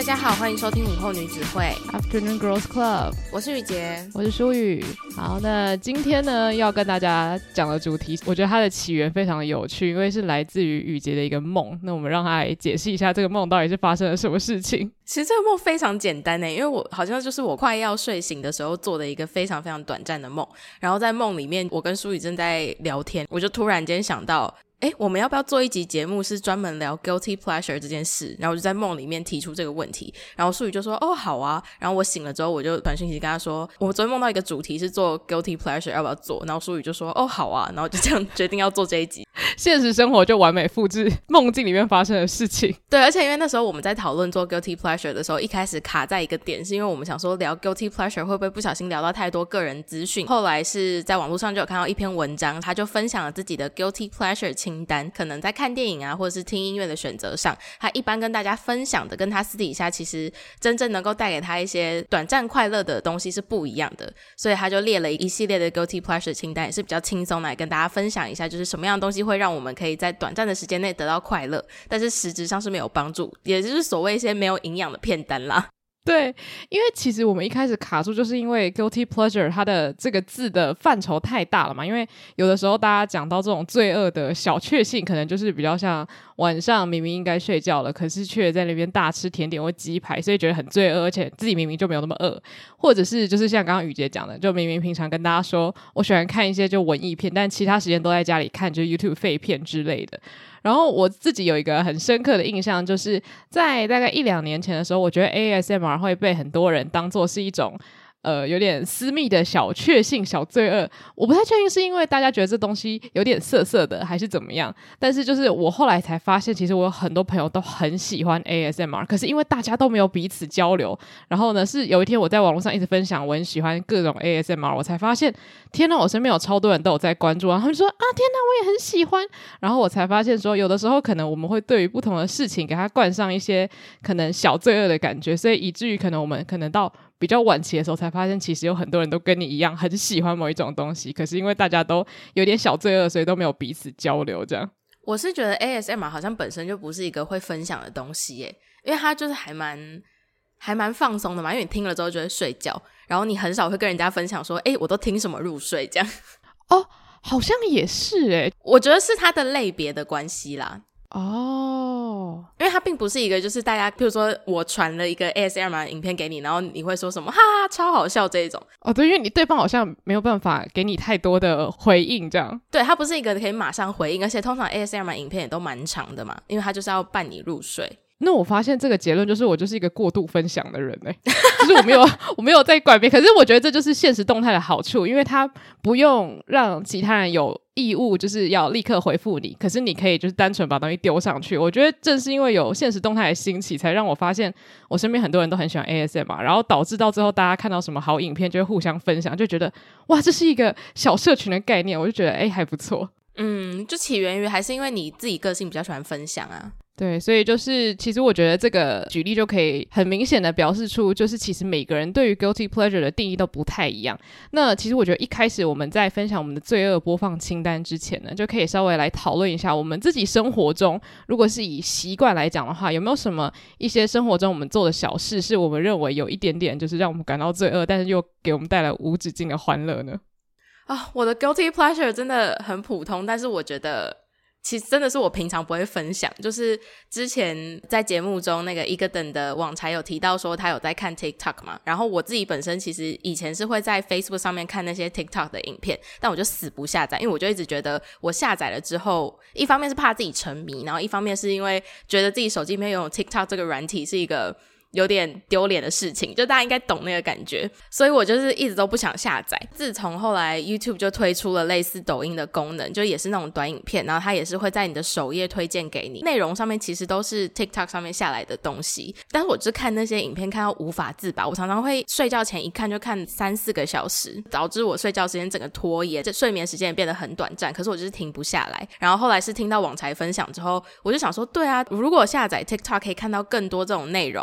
家好，欢迎收听午后女子会 Afternoon Girls Club， 我是雨洁， 我是舒雨。好，那今天呢要跟大家讲的主题，我觉得它的起源非常的有趣，因为是来自于雨洁的一个梦。那我们让她来解释一下这个梦到底是发生了什么事情。 其实这个梦非常简单耶，因为我好像就是我快要睡醒的时候做的一个非常非常短暂的梦，然后在梦里面我跟舒雨正在聊天，我就突然间想到我们要不要做一集节目是专门聊 guilty pleasure 这件事，然后我就在梦里面提出这个问题，然后舒雨就说好啊，然后我醒了之后我就短讯息跟他说我昨天梦到一个主题是做 guilty pleasure 要不要做，然后舒雨就说好啊，然后就这样决定要做这一集。 现实生活就完美复制梦境里面发生的事情。 对，而且因为那时候我们在讨论做 guilty pleasure 的时候，一开始卡在一个点，是因为我们想说聊 guilty pleasure 会不会不小心聊到太多个人资讯，后来是在网络上就有看到一篇文章，他就分享了自己的 guilty pleasure 清单，可能在看电影啊或者是听音乐的选择上，他一般跟大家分享的跟他私底下其实真正能够带给他一些短暂快乐的东西是不一样的，所以他就列了一系列的 guilty pleasure 清单，也是比较轻松来跟大家分享一下，就是什么样的东西会让我们可以在短暂的时间内得到快乐，但是实质上是没有帮助，也就是所谓一些没有营养的片单啦。 对，因为其实我们一开始卡住就是因为 guilty pleasure 它的这个字的范畴太大了嘛，因为有的时候大家讲到这种罪恶的小确幸，可能就是比较像晚上明明应该睡觉了，可是却在那边大吃甜点或鸡排，所以觉得很罪恶，而且自己明明就没有那么饿，或者是就是像刚刚雨洁讲的，就明明平常跟大家说我喜欢看一些就文艺片，但其他时间都在家里看就是 YouTube 废片之类的。然后我自己有一个很深刻的印象，就是在大概1-2年前的时候，我觉得 ASMR 会被很多人当作是一种有点私密的小确幸小罪恶，我不太确定是因为大家觉得这东西有点色色的还是怎么样，但是就是我后来才发现其实我有很多朋友都很喜欢 ASMR， 可是因为大家都没有彼此交流，然后呢是有一天我在网络上一直分享我很喜欢各种 ASMR， 我才发现天哪，我身边有超多人都有在关注，然后他们说天哪我也很喜欢，然后我才发现说有的时候可能我们会对于不同的事情给它冠上一些可能小罪恶的感觉，所以以至于可能我们可能到比较晚期的时候才发现其实有很多人都跟你一样很喜欢某一种东西，可是因为大家都有点小罪恶，所以都没有彼此交流这样。 我是觉得 ASMR 好像本身就不是一个会分享的东西耶，因为它就是还蛮放松的嘛，因为你听了之后就会睡觉，然后你很少会跟人家分享说我都听什么入睡这样。 好像也是耶， 我觉得是它的类别的关系啦。因为它并不是一个就是大家譬如说我传了一个 ASMR 的影片给你，然后你会说什么哈哈超好笑这一种。 对，因为你对方好像没有办法给你太多的回应这样。 对，它不是一个可以马上回应，而且通常 ASMR 影片也都蛮长的嘛，因为它就是要伴你入睡。 那我发现这个结论就是我就是一个过度分享的人就是我没有在拐变，可是我觉得这就是现实动态的好处，因为它不用让其他人有义务就是要立刻回复你，可是你可以就是单纯把东西丢上去。我觉得正是因为有现实动态的兴起，才让我发现我身边很多人都很喜欢 ASMR， 然后导致到最后大家看到什么好影片就会互相分享，就觉得哇这是一个小社群的概念，我就觉得还不错。 就起源于还是因为你自己个性比较喜欢分享啊。 对，所以就是其实我觉得这个举例就可以很明显的表示出，就是其实每个人对于 guilty pleasure 的定义都不太一样。那其实我觉得一开始我们在分享我们的罪恶播放清单之前呢，就可以稍微来讨论一下我们自己生活中，如果是以习惯来讲的话，有没有什么一些生活中我们做的小事是我们认为有一点点就是让我们感到罪恶，但是又给我们带来无止境的欢乐呢？ 我的 guilty pleasure 真的很普通，但是我觉得其实真的是我平常不会分享，就是之前在节目中那个一个等的网才有提到说他有在看 TikTok 嘛，然后我自己本身其实以前是会在 Facebook 上面看那些 TikTok 的影片，但我就死不下载，因为我就一直觉得我下载了之后，一方面是怕自己沉迷，然后一方面是因为觉得自己手机里面拥有 TikTok 这个软体是一个有点丢脸的事情，就大家应该懂那个感觉，所以我就是一直都不想下载。自从后来 YouTube 就推出了类似抖音的功能，就也是那种短影片，然后它也是会在你的首页推荐给你，内容上面其实都是 TikTok 上面下来的东西，但是我就是看那些影片看到无法自拔，我常常会睡觉前一看就看3-4个小时，导致我睡觉时间整个拖延，这睡眠时间也变得很短暂，可是我就是停不下来。然后后来是听到网才分享之后，我就想说对啊，如果下载 TikTok 可以看到更多这种内容的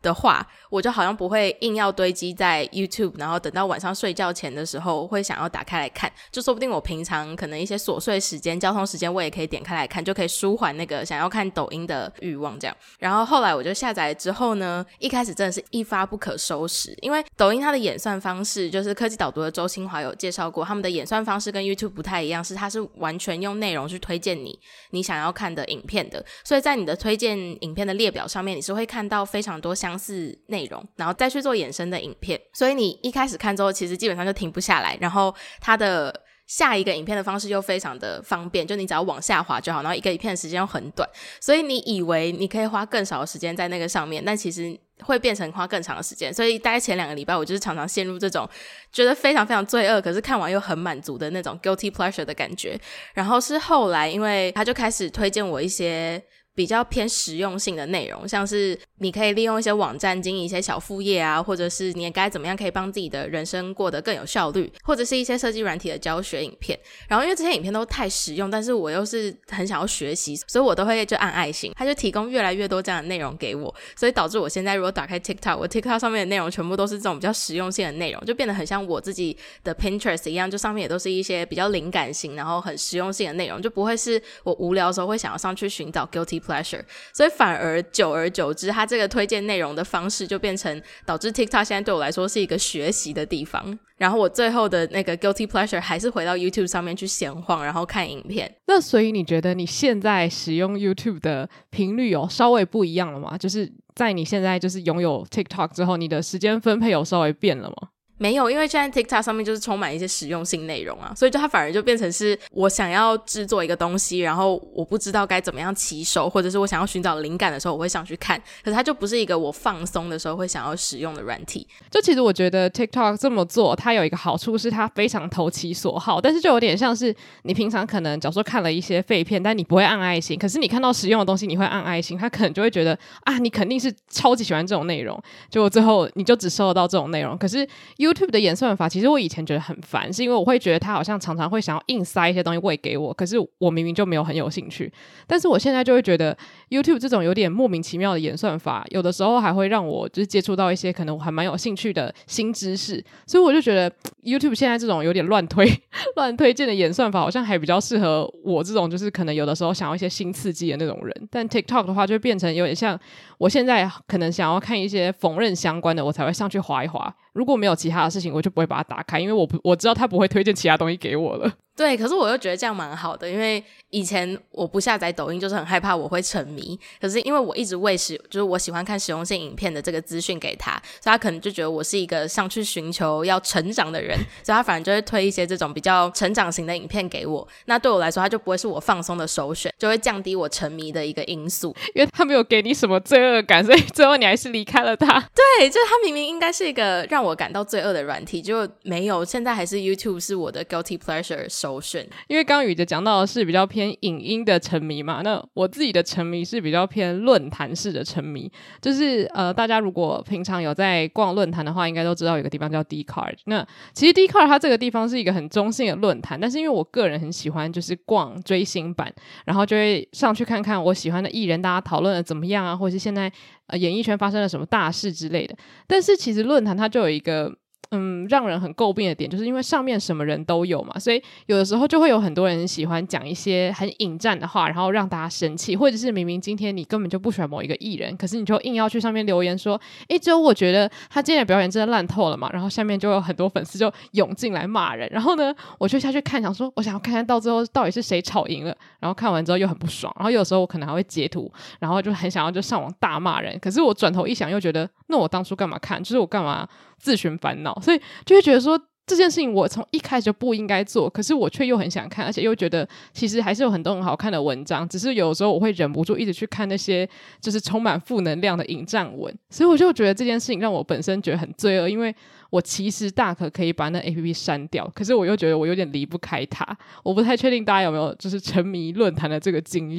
的话，我就好像不会硬要堆积在 YouTube， 然后等到晚上睡觉前的时候会想要打开来看，就说不定我平常可能一些琐碎时间交通时间我也可以点开来看，就可以舒缓那个想要看抖音的欲望这样。然后后来我就下载之后呢，一开始真的是一发不可收拾，因为抖音它的演算方式，就是科技导读的周清华有介绍过，他们的演算方式跟 YouTube 不太一样，是它是完全用内容去推荐你想要看的影片的，所以在你的推荐影片的列表上面，你是会看到非常多相似内容，然后再去做衍生的影片，所以你一开始看之后其实基本上就停不下来，然后它的下一个影片的方式又非常的方便，就你只要往下滑就好，然后一个影片的时间又很短，所以你以为你可以花更少的时间在那个上面，但其实会变成花更长的时间。所以大概前2个礼拜我就是常常陷入这种觉得非常非常罪恶，可是看完又很满足的那种 guilty pleasure 的感觉。然后是后来因为他就开始推荐我一些比较偏实用性的内容，像是你可以利用一些网站经营一些小副业啊，或者是你也该怎么样可以帮自己的人生过得更有效率，或者是一些设计软体的教学影片。然后因为这些影片都太实用，但是我又是很想要学习，所以我都会就按爱心，他就提供越来越多这样的内容给我，所以导致我现在如果打开 TikTok， 我 TikTok 上面的内容全部都是这种比较实用性的内容，就变得很像我自己的 Pinterest 一样，就上面也都是一些比较灵感型然后很实用性的内容，就不会是我无聊的时候会想要上去寻找 guilty pleasure。 所以反而久而久之，它这个推荐内容的方式就变成导致 TikTok 现在对我来说是一个学习的地方，然后我最后的那个 guilty pleasure 还是回到 YouTube 上面去闲晃，然后看影片。 那所以你觉得你现在使用 YouTube 的频率有稍微不一样了吗？就是在你现在就是拥有 TikTok 之后，你的时间分配有稍微变了吗？ 没有，因为现在 TikTok 上面就是充满一些实用性内容啊，所以就它反而就变成是我想要制作一个东西，然后我不知道该怎么样起手，或者是我想要寻找灵感的时候我会上去看，可是它就不是一个我放松的时候会想要使用的软体。 就其实我觉得 TikTok 这么做它有一个好处是它非常投其所好，但是就有点像是你平常可能假如说看了一些废片，但你不会按爱心，可是你看到实用的东西你会按爱心，他可能就会觉得啊你肯定是超级喜欢这种内容，结果最后你就只收得到这种内容。可是 YouTube 的演算法其实我以前觉得很烦，是因为我会觉得他好像常常会想要硬塞一些东西喂给我，可是我明明就没有很有兴趣。但是我现在就会觉得 YouTube 这种有点莫名其妙的演算法，有的时候还会让我就是接触到一些可能我还蛮有兴趣的新知识，所以我就觉得 YouTube 现在这种有点乱推荐的演算法好像还比较适合我这种就是可能有的时候想要一些新刺激的那种人。但 TikTok 的话就变成有点像我现在可能想要看一些缝纫相关的我才会上去滑一滑，如果没有其他的事情我就不会把它打开，因为我知道他不会推荐其他东西给我了。 对，可是我又觉得这样蛮好的，因为以前我不下载抖音就是很害怕我会沉迷，可是因为我一直喂就是我喜欢看实用性影片的这个资讯给他，所以他可能就觉得我是一个上去寻求要成长的人，所以他反而就会推一些这种比较成长型的影片给我，那对我来说他就不会是我放松的首选，就会降低我沉迷的一个因素， 因为他没有给你什么罪恶感，所以最后你还是离开了他。 对，就是他明明应该是一个让我感到罪恶的软体，就没有，现在还是 YouTube 是我的 guilty pleasure 首选。 因为刚刚宇哲讲到的是比较偏影音的沉迷嘛，那我自己的沉迷是比较偏论坛式的沉迷，就是大家如果平常有在逛论坛的话应该都知道有个地方叫 Dcard。 那其实 Dcard 它这个地方是一个很中性的论坛，但是因为我个人很喜欢就是逛追星版，然后就会上去看看我喜欢的艺人大家讨论的怎么样啊，或者是现在演艺圈发生了什么大事之类的。但是其实论坛它就有一个让人很诟病的点，就是因为上面什么人都有嘛，所以有的时候就会有很多人喜欢讲一些很引战的话，然后让大家生气，或者是明明今天你根本就不喜欢某一个艺人，可是你就硬要去上面留言说只有我觉得他今天的表演真的烂透了嘛，然后下面就有很多粉丝就涌进来骂人，然后呢我就下去看，想说我想要看看到最后到底是谁吵赢了，然后看完之后又很不爽，然后有时候我可能还会截图，然后就很想要就上网大骂人，可是我转头一想又觉得那我当初干嘛看，就是我干嘛自寻烦恼，所以就会觉得说这件事情我从一开始就不应该做，可是我却又很想看，而且又觉得其实还是有很多很好看的文章，只是有时候我会忍不住一直去看那些就是充满负能量的引战文，所以我就觉得这件事情让我本身觉得很罪恶，因为我其实大可以把那 APP 删掉，可是我又觉得我有点离不开它。我不太确定大家有没有就是沉迷论坛的这个经验。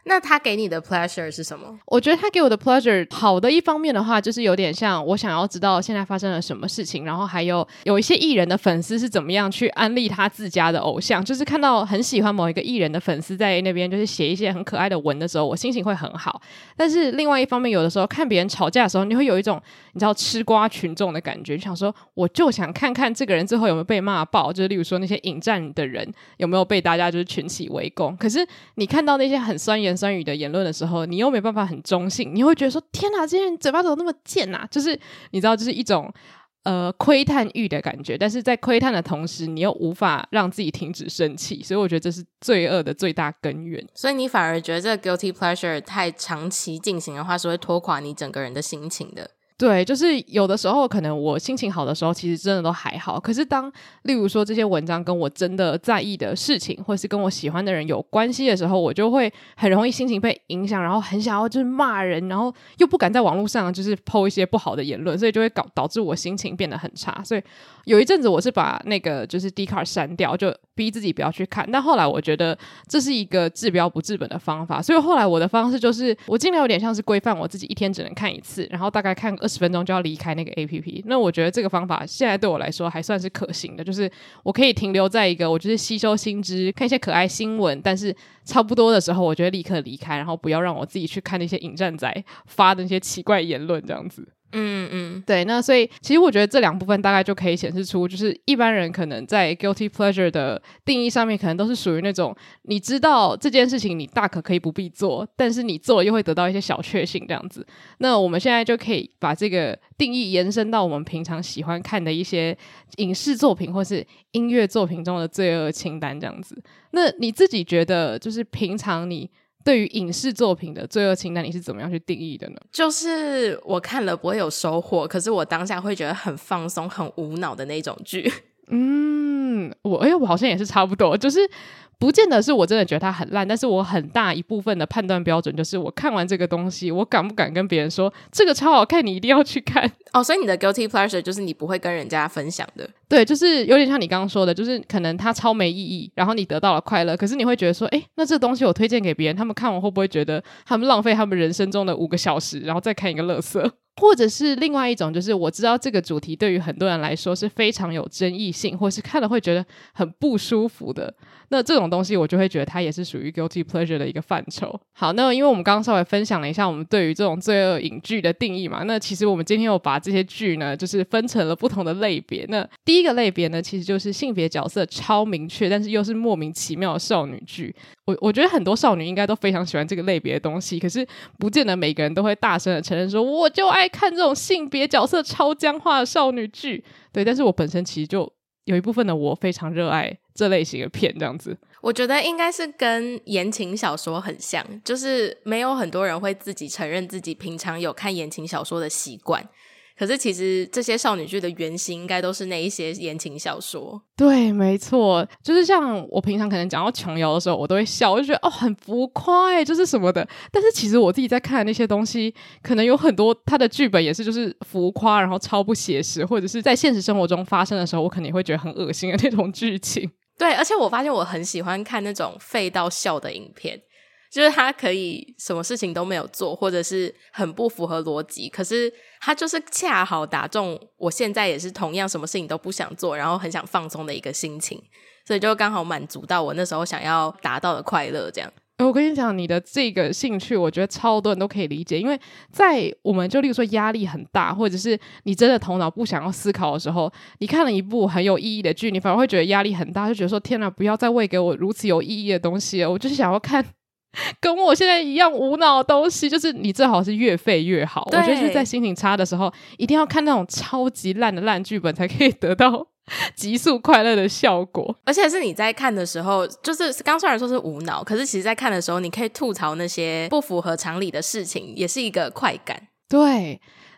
那他给你的 pleasure 是什么？ 我觉得他给我的 pleasure 好的一方面的话，就是有点像我想要知道现在发生了什么事情，然后还有一些艺人的粉丝是怎么样去安利他自家的偶像，就是看到很喜欢某一个艺人的粉丝在那边就是写一些很可爱的文的时候，我心情会很好。但是另外一方面，有的时候看别人吵架的时候，你会有一种你知道吃瓜群众的感觉，就想说我就想看看这个人最后有没有被骂爆，就是例如说那些引战的人有没有被大家就是群起围攻。可是你看到那些很酸言酸语的言论的时候，你又没办法很中性，你会觉得说天哪，这些人嘴巴怎么那么贱啊，就是你知道就是一种窥探欲的感觉，但是在窥探的同时你又无法让自己停止生气，所以我觉得这是罪恶的最大根源。 所以你反而觉得这个 guilty pleasure 太长期进行的话是会拖垮你整个人的心情的。 对，就是有的时候可能我心情好的时候其实真的都还好，可是当例如说这些文章跟我真的在意的事情或是跟我喜欢的人有关系的时候，我就会很容易心情被影响，然后很想要就是骂人，然后又不敢在网络上就是 po 一些不好的言论，所以就会导致我心情变得很差。所以有一阵子我是把那个就是 Dcard 删掉，就逼自己不要去看，但后来我觉得这是一个治标不治本的方法，所以后来我的方式就是我尽量有点像是规范我自己一天只能看一次，然后大概看20分钟就要离开那个 APP。 那我觉得这个方法现在对我来说还算是可行的，就是我可以停留在一个我就是吸收新知看一些可爱新闻，但是差不多的时候我就会立刻离开，然后不要让我自己去看那些引战仔发的那些奇怪言论这样子。对，那所以其实我觉得这两部分大概就可以显示出，就是一般人可能在 guilty pleasure 的定义上面可能都是属于那种你知道这件事情你大可以不必做，但是你做了又会得到一些小确幸这样子。那我们现在就可以把这个定义延伸到我们平常喜欢看的一些影视作品或是音乐作品中的罪恶清单这样子。那你自己觉得就是平常你对于影视作品的罪恶清单你是怎么样去定义的呢？ 就是我看了不会有收获，可是我当下会觉得很放松很无脑的那种剧。 我好像也是差不多，就是不见得是我真的觉得它很烂，但是我很大一部分的判断标准就是我看完这个东西我敢不敢跟别人说这个超好看你一定要去看。 所以你的 guilty pleasure 就是你不会跟人家分享的。 对，就是有点像你刚刚说的，就是可能它超没意义，然后你得到了快乐，可是你会觉得说那这东西我推荐给别人，他们看完会不会觉得他们浪费他们人生中的5个小时然后再看一个垃圾。或者是另外一种，就是我知道这个主题对于很多人来说是非常有争议性，或是看了会觉得很不舒服的，那这种东西我就会觉得它也是属于 guilty pleasure 的一个范畴。好，那因为我们刚刚稍微分享了一下我们对于这种罪恶影剧的定义嘛，那其实我们今天有把这些剧呢就是分成了不同的类别。那第一个类别呢其实就是性别角色超明确但是又是莫名其妙的少女剧。我觉得很多少女应该都非常喜欢这个类别的东西，可是不见得每个人都会大声的承认说我就爱看这种性别角色超僵化的少女剧。对，但是我本身其实就有一部分的我非常热爱这类型的片这样子。 我觉得应该是跟言情小说很像，就是没有很多人会自己承认自己平常有看言情小说的习惯，可是其实这些少女剧的原型应该都是那一些言情小说。 对，没错，就是像我平常可能讲到琼瑶的时候我都会笑，我就觉得很浮夸就是什么的，但是其实我自己在看的那些东西可能有很多它的剧本也是就是浮夸然后超不写实，或者是在现实生活中发生的时候我可能也会觉得很恶心的那种剧情。 对，而且我发现我很喜欢看那种废到笑的影片，就是他可以什么事情都没有做，或者是很不符合逻辑，可是他就是恰好打中我现在也是同样什么事情都不想做然后很想放松的一个心情，所以就刚好满足到我那时候想要达到的快乐这样。 我跟你讲，你的这个兴趣我觉得超多人都可以理解，因为在我们就例如说压力很大或者是你真的头脑不想要思考的时候，你看了一部很有意义的剧你反而会觉得压力很大，就觉得说天哪，不要再喂给我如此有意义的东西了，我就是想要看跟我现在一样无脑的东西，就是你最好是越废越好。我觉得就是在心情差的时候一定要看那种超级烂的烂剧本才可以得到极速快乐的效果。 而且是你在看的时候，就是刚虽然说是无脑，可是其实在看的时候你可以吐槽那些不符合常理的事情，也是一个快感。 对，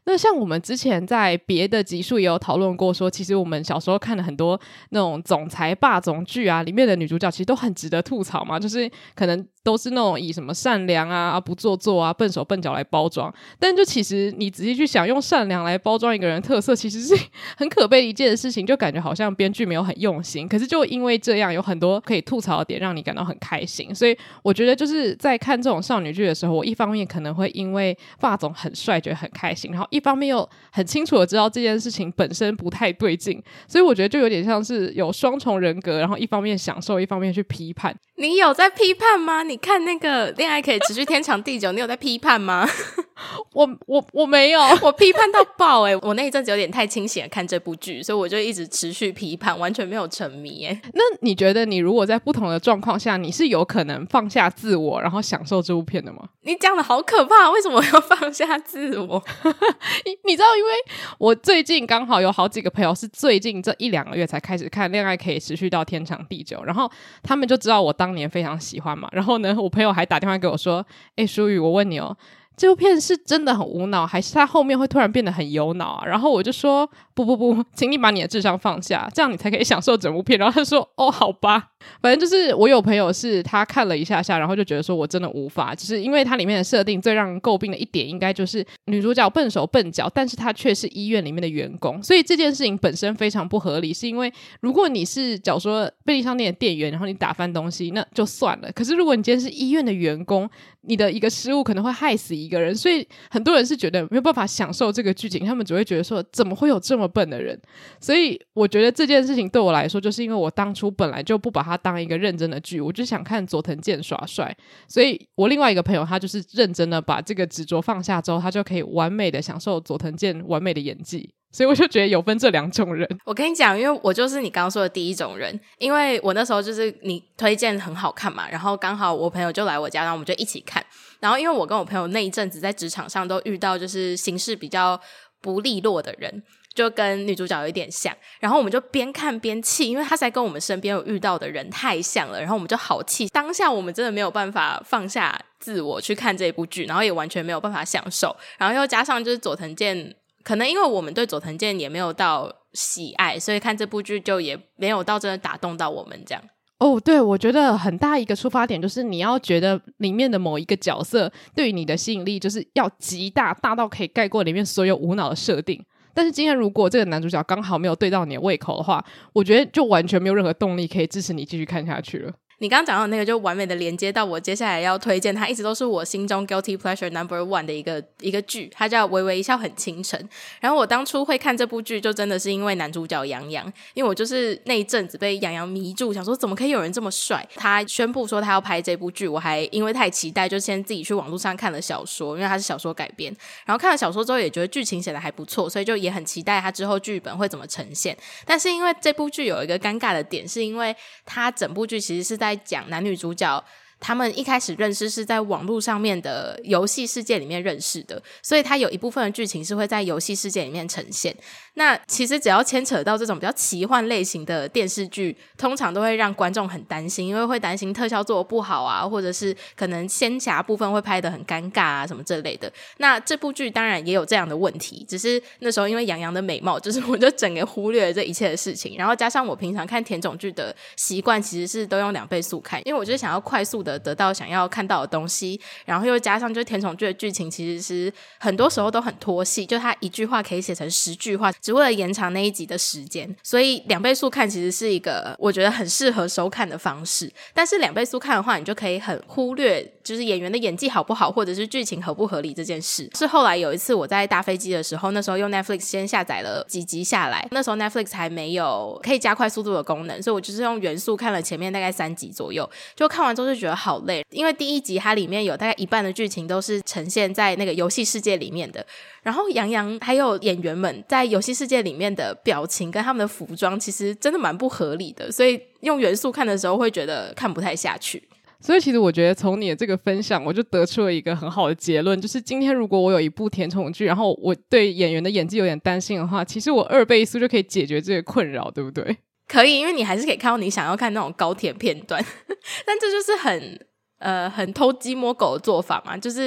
那像我们之前在别的集数也有讨论过说，其实我们小时候看了很多那种总裁霸总剧啊，里面的女主角其实都很值得吐槽嘛，就是可能都是那种以什么善良啊、不做作啊、笨手笨脚来包装，但就其实你仔细去想，用善良来包装一个人的特色，其实是很可悲的一件事情，就感觉好像编剧没有很用心，可是就因为这样有很多可以吐槽的点让你感到很开心。所以我觉得就是在看这种少女剧的时候，我一方面可能会因为霸总很帅觉得很开心，然后一方面又很清楚的知道这件事情本身不太对劲，所以我觉得就有点像是有双重人格，然后一方面享受一方面去批判。 你有在批判吗？你看那个恋爱可以持续天长地久你有在批判吗？ 我没有我批判到爆我那一阵子有点太清醒了看这部剧，所以我就一直持续批判，完全没有沉迷那你觉得你如果在不同的状况下，你是有可能放下自我然后享受这部片的吗？ 你讲的好可怕，为什么要放下自我？ 你知道因为我最近刚好有好几个朋友是最近这1-2个月才开始看恋爱可以持续到天长地久，然后他们就知道我当年非常喜欢嘛，然后呢我朋友还打电话给我说舒宇我问你这部片是真的很无脑还是它后面会突然变得很有脑啊？然后我就说不，请你把你的智商放下，这样你才可以享受整部片。然后他说好吧。反正就是我有朋友是他看了一下下，然后就觉得说我真的无法，就是因为它里面的设定最让人诟病的一点应该就是女主角笨手笨脚，但是她却是医院里面的员工，所以这件事情本身非常不合理。是因为如果你是假如说便利商店的店员，然后你打翻东西那就算了，可是如果你今天是医院的员工，你的一个失误可能会害死一个人，所以很多人是觉得没有办法享受这个剧情，他们只会觉得说怎么会有这么笨的人。所以我觉得这件事情对我来说，就是因为我当初本来就不把它当一个认真的剧，我就想看佐藤健耍帅，所以我另外一个朋友他就是认真的把这个执着放下之后，他就可以完美的享受佐藤健完美的演技。所以我就觉得有分这2种人。 我跟你讲，因为我就是你刚刚说的第一种人，因为我那时候就是你推荐很好看嘛，然后刚好我朋友就来我家，然后我们就一起看。然后因为我跟我朋友那一阵子在职场上都遇到就是行事比较不利落的人，就跟女主角有一点像，然后我们就边看边气，因为他才跟我们身边有遇到的人太像了，然后我们就好气。当下我们真的没有办法放下自我去看这部剧，然后也完全没有办法享受，然后又加上就是佐藤健，可能因为我们对佐藤健也没有到喜爱，所以看这部剧就也没有到真的打动到我们这样。 对，我觉得很大一个出发点就是你要觉得里面的某一个角色对于你的吸引力就是要极大，大到可以盖过里面所有无脑的设定。但是今天如果这个男主角刚好没有对到你的胃口的话，我觉得就完全没有任何动力可以支持你继续看下去了。 你刚刚讲到那个就完美的连接到我接下来要推荐，它一直都是我心中 guilty pleasure No.1 的一个剧，它叫微微一笑很倾城。然后我当初会看这部剧就真的是因为男主角杨洋，因为我就是那一阵子被杨洋迷住，想说怎么可以有人这么帅。他宣布说他要拍这部剧，我还因为太期待就先自己去网络上看了小说，因为它是小说改编，然后看了小说之后也觉得剧情写得还不错，所以就也很期待他之后剧本会怎么呈现。但是因为这部剧有一个尴尬的点，是因为他整部剧其实是在讲男女主角他们一开始认识是在网络上面的游戏世界里面认识的，所以它有一部分的剧情是会在游戏世界里面呈现。那其实只要牵扯到这种比较奇幻类型的电视剧，通常都会让观众很担心，因为会担心特效做得不好啊，或者是可能仙侠部分会拍得很尴尬啊什么这类的。那这部剧当然也有这样的问题，只是那时候因为杨洋的美貌，就是我就整个忽略了这一切的事情，然后加上我平常看甜种剧的习惯其实是都用2倍速看，因为我就是想要快速的得到想要看到的东西，然后又加上就是甜宠剧的剧情其实是很多时候都很拖戏，就它一句话可以写成10句话，只为了延长那一集的时间，所以2倍速看其实是一个我觉得很适合收看的方式。但是2倍速看的话，你就可以很忽略就是演员的演技好不好，或者是剧情合不合理这件事。是后来有一次我在搭飞机的时候，那时候用 Netflix 先下载了几集下来，那时候 Netflix 还没有可以加快速度的功能，所以我就是用原速看了前面大概3集左右，就看完之后就觉得好累，因为第一集它里面有大概一半的剧情都是呈现在那个游戏世界里面的，然后杨洋还有演员们在游戏世界里面的表情跟他们的服装其实真的蛮不合理的，所以用原速看的时候会觉得看不太下去。 所以其实我觉得从你的这个分享我就得出了一个很好的结论，就是今天如果我有一部甜宠剧，然后我对演员的演技有点担心的话，其实我2倍速就可以解决这个困扰，对不对？ 可以，因为你还是可以看到你想要看那种高甜片段但这就是很偷鸡摸狗的做法嘛，就是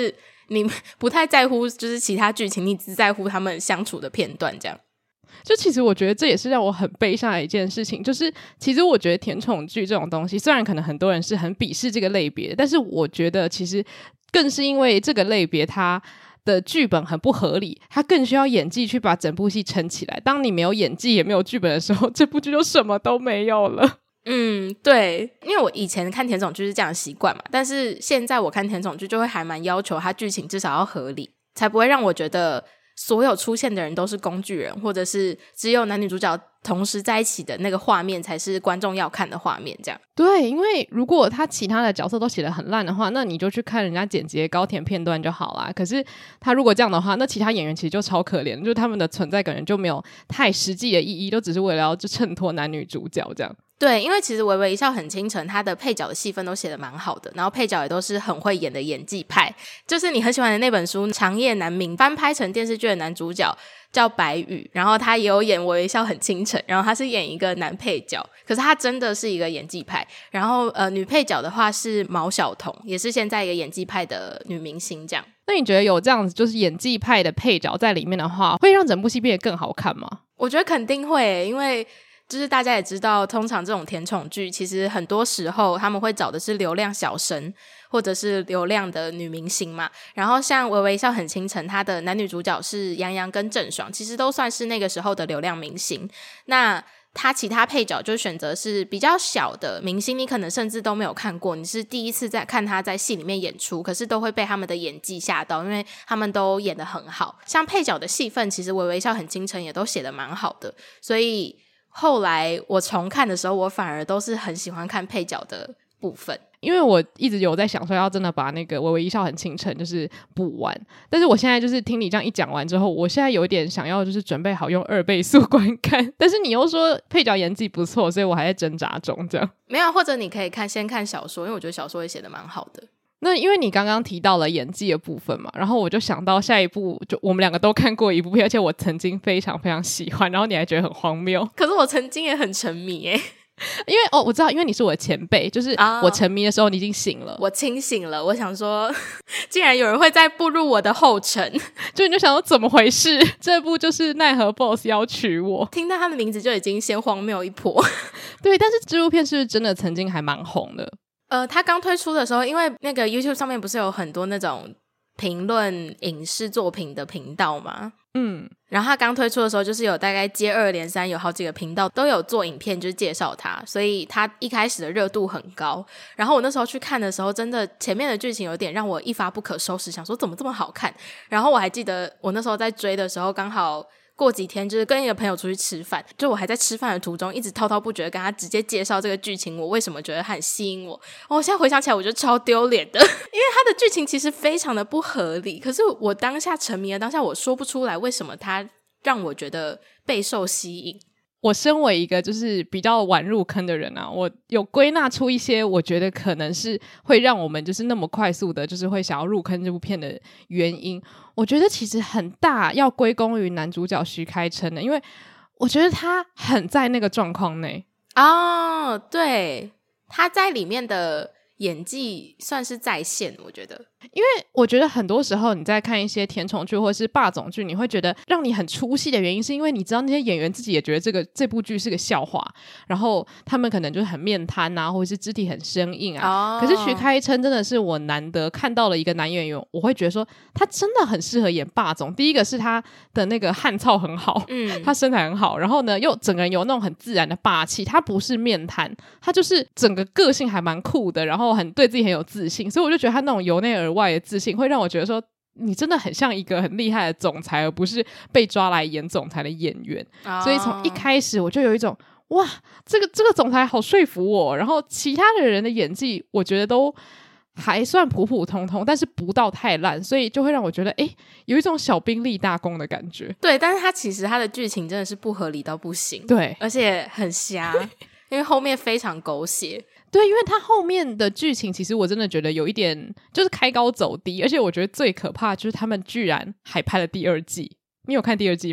你不太在乎就是其他剧情，你只在乎他们相处的片段这样。 就其实我觉得这也是让我很悲伤的一件事情，就是其实我觉得甜宠剧这种东西，虽然可能很多人是很鄙视这个类别，但是我觉得其实更是因为这个类别它的剧本很不合理，它更需要演技去把整部戏撑起来。当你没有演技也没有剧本的时候，这部剧就什么都没有了。 对，因为我以前看甜宠剧是这样的习惯嘛，但是现在我看甜宠剧就会还蛮要求它剧情至少要合理，才不会让我觉得所有出现的人都是工具人，或者是只有男女主角同时在一起的那个画面才是观众要看的画面这样。 对，因为如果他其他的角色都写得很烂的话，那你就去看人家剪辑的高甜片段就好啦。可是他如果这样的话，那其他演员其实就超可怜，就是他们的存在感就没有太实际的意义，都只是为了要就衬托男女主角这样。 对，因为其实微微一笑很倾城，他的配角的戏份都写得蛮好的，然后配角也都是很会演的演技派。就是你很喜欢的那本书《长夜难明》翻拍成电视剧的男主角叫白宇，然后他也有演微微一笑很倾城，然后他是演一个男配角，可是他真的是一个演技派。然后女配角的话是毛晓彤，也是现在一个演技派的女明星这样。 那你觉得有这样子就是演技派的配角在里面的话，会让整部戏变得更好看吗？ 我觉得肯定会因为就是大家也知道，通常这种甜宠剧其实很多时候他们会找的是流量小生或者是流量的女明星嘛，然后像微微一笑很倾城，她的男女主角是杨洋跟郑爽，其实都算是那个时候的流量明星。那他其他配角就选择是比较小的明星，你可能甚至都没有看过，你是第一次在看他在戏里面演出，可是都会被他们的演技吓到，因为他们都演得很好。像配角的戏份其实微微一笑很倾城也都写得蛮好的，所以后来我重看的时候，我反而都是很喜欢看配角的部分。 因为我一直有在想说要真的把那个微微一笑很倾城就是补完，但是我现在就是听你这样一讲完之后，我现在有一点想要就是准备好用2倍速观看，但是你又说配角演技不错，所以我还在挣扎中这样。 没有，或者你可以先看小说，因为我觉得小说也写得蛮好的。 那因为你刚刚提到了演技的部分嘛，然后我就想到下一部就我们两个都看过一部片，而且我曾经非常非常喜欢，然后你还觉得很荒谬。 可是我曾经也很沉迷耶。 因为我知道，因为你是我的前辈，就是我沉迷的时候你已经醒了， 我清醒了，我想说竟然有人会再步入我的后尘， 就你就想说怎么回事，这部就是奈何 boss 要娶我， 听到他的名字就已经先荒谬一波。 对，但是这部片是不是真的曾经还蛮红的？ 他刚推出的时候，因为那个 YouTube 上面不是有很多那种评论影视作品的频道吗？然后他刚推出的时候就是有大概接二连三有好几个频道都有做影片就是介绍他，所以他一开始的热度很高。然后我那时候去看的时候，真的前面的剧情有点让我一发不可收拾，想说怎么这么好看。然后我还记得我那时候在追的时候，刚好过几天就是跟一个朋友出去吃饭，就我还在吃饭的途中一直滔滔不绝跟他直接介绍这个剧情，我为什么觉得它很吸引我。我现在回想起来我觉得超丢脸的，因为它的剧情其实非常的不合理，可是我当下沉迷了，当下我说不出来为什么它让我觉得备受吸引。 我身为一个就是比较晚入坑的人啊，我有归纳出一些我觉得可能是会让我们就是那么快速的就是会想要入坑这部片的原因。我觉得其实很大要归功于男主角徐开�琛的，因为我觉得他很在那个状况内。 对，他在里面的演技算是在线，我觉得。 因为我觉得很多时候你在看一些甜宠剧或是霸总剧，你会觉得让你很出戏的原因是因为你知道那些演员自己也觉得这部剧是个笑话，然后他们可能就是很面瘫啊，或者是肢体很生硬啊。可是徐开�琛真的是我难得看到了一个男演员，我会觉得说他真的很适合演霸总。第一个是他的那个汉操很好，他身材很好，然后呢又整个人有那种很自然的霸气，他不是面瘫，他就是整个个性还蛮酷的，然后很对自己很有自信，所以我就觉得他那种由内而外的自信会让我觉得说你真的很像一个很厉害的总裁，而不是被抓来演总裁的演员。所以从一开始我就有一种哇，这个总裁好说服我，然后其他的人的演技我觉得都还算普普通通，但是不到太烂，所以就会让我觉得有一种小兵立大功的感觉。 对，但是其实他的剧情真的是不合理到不行， 对， 而且很瞎因为后面非常狗血。 对，因为他后面的剧情其实我真的觉得有一点就是开高走低，而且我觉得最可怕就是他们居然还拍了第2季。你有看第2季吗？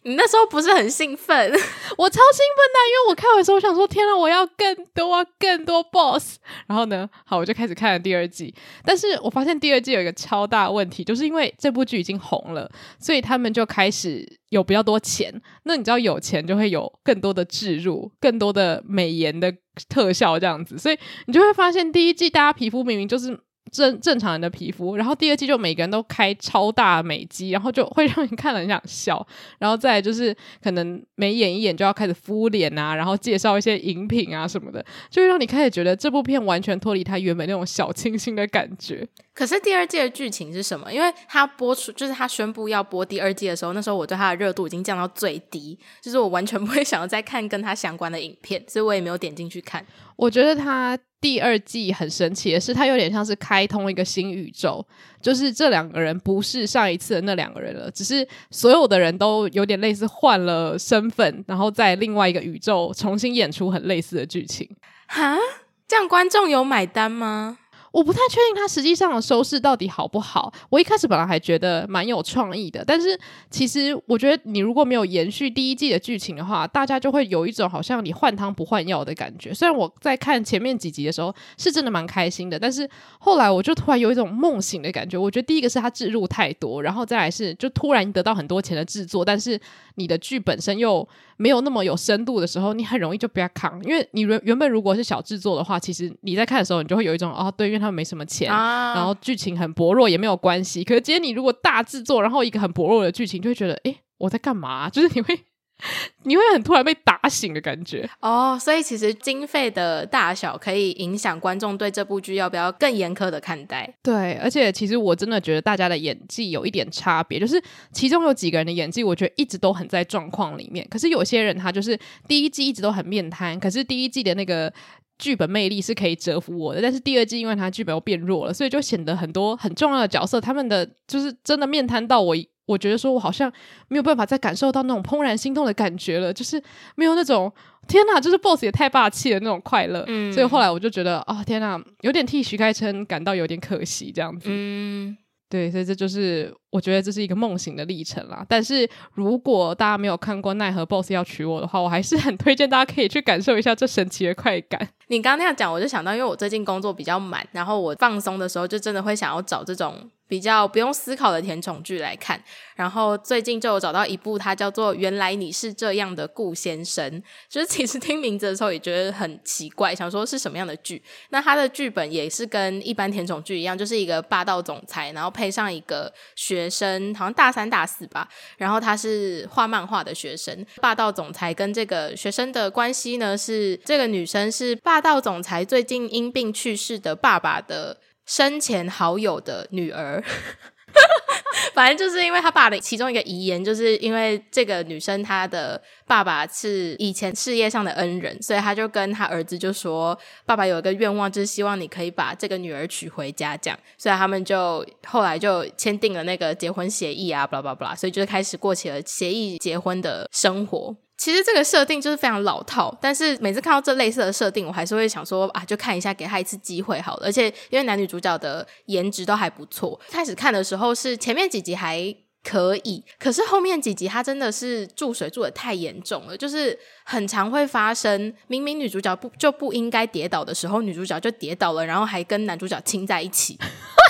你那时候不是很兴奋？ 我超兴奋的，因为我看完的时候我想说天啊，我要更多 boss。 然后呢，好，我就开始看了第二季。但是我发现第二季有一个超大问题，就是因为这部剧已经红了，所以他们就开始有比较多钱。那你知道有钱就会有更多的置入，更多的美颜的特效这样子，所以你就会发现第一季大家皮肤明明就是正常人的皮肤，然后第二季就每个人都开超大美肌，然后就会让你看了很想笑。然后再来就是可能每演一演就要开始敷脸啊，然后介绍一些饮品啊什么的，就会让你开始觉得这部片完全脱离它原本那种小清新的感觉。 可是第二季的剧情是什么？因为他播出，就是他宣布要播第二季的时候，那时候我对他的热度已经降到最低，就是我完全不会想要再看跟他相关的影片，所以我也没有点进去看。 我觉得他第二季很神奇的是，他有点像是开通一个新宇宙，就是这两个人不是上一次的那两个人了，只是所有的人都有点类似换了身份，然后在另外一个宇宙重新演出很类似的剧情。 哈，这样观众有买单吗？ 我不太确定它实际上的收视到底好不好。我一开始本来还觉得蛮有创意的，但是其实我觉得你如果没有延续第一季的剧情的话，大家就会有一种好像你换汤不换药的感觉。虽然我在看前面几集的时候是真的蛮开心的，但是后来我就突然有一种梦醒的感觉。我觉得第一个是它置入太多，然后再来是就突然得到很多钱的制作，但是你的剧本身又没有那么有深度的时候，你很容易就不要扛。因为你原本如果是小制作的话，其实你在看的时候你就会有一种对，因为他们没什么钱然后剧情很薄弱也没有关系。可是今天你如果大制作，然后一个很薄弱的剧情，就会觉得我在干嘛就是你会很突然被打醒的感觉。 所以其实经费的大小可以影响观众对这部剧要不要更严苛的看待。 对，而且其实我真的觉得大家的演技有一点差别，就是其中有几个人的演技我觉得一直都很在状况里面，可是有些人他就是第一季一直都很面瘫，可是第一季的那个剧本魅力是可以折服我的，但是第二季因为他剧本又变弱了，所以就显得很多很重要的角色他们的就是真的面瘫到我觉得说我好像没有办法再感受到那种怦然心动的感觉了，就是没有那种天哪就是 boss 也太霸气了那种快乐。所以后来我就觉得天哪，有点替徐开�琛感到有点可惜这样子。对，所以这就是我觉得这是一个梦醒的历程啦。但是如果大家没有看过奈何 boss 要娶我的话，我还是很推荐大家可以去感受一下这神奇的快感。 你刚刚那样讲我就想到，因为我最近工作比较满，然后我放松的时候就真的会想要找这种比较不用思考的甜宠剧来看，然后最近就有找到一部，它叫做原来你是这样的顾先生。就是其实听名字的时候也觉得很奇怪，想说是什么样的剧。那它的剧本也是跟一般甜宠剧一样，就是一个霸道总裁，然后配上一个学生，好像大3大4吧，然后他是画漫画的学生。霸道总裁跟这个学生的关系呢，是这个女生是霸道总裁最近因病去世的爸爸的生前好友的女儿。反正就是因为他爸的其中一个遗言，就是因为这个女生她的爸爸是以前事业上的恩人，所以他就跟他儿子就说，爸爸有一个愿望，就是希望你可以把这个女儿娶回家这样。所以他们就后来就签订了那个结婚协议啊 blah blah blah， 所以就是开始过起了协议结婚的生活。其实这个设定就是非常老套，但是每次看到这类似的设定，我还是会想说就看一下，给他一次机会好了。而且因为男女主角的颜值都还不错，开始看的时候是前面几集还可以，可是后面几集它真的是注水注得太严重了，就是很常会发生明明女主角就不应该跌倒的时候，女主角就跌倒了，然后还跟男主角亲在一起。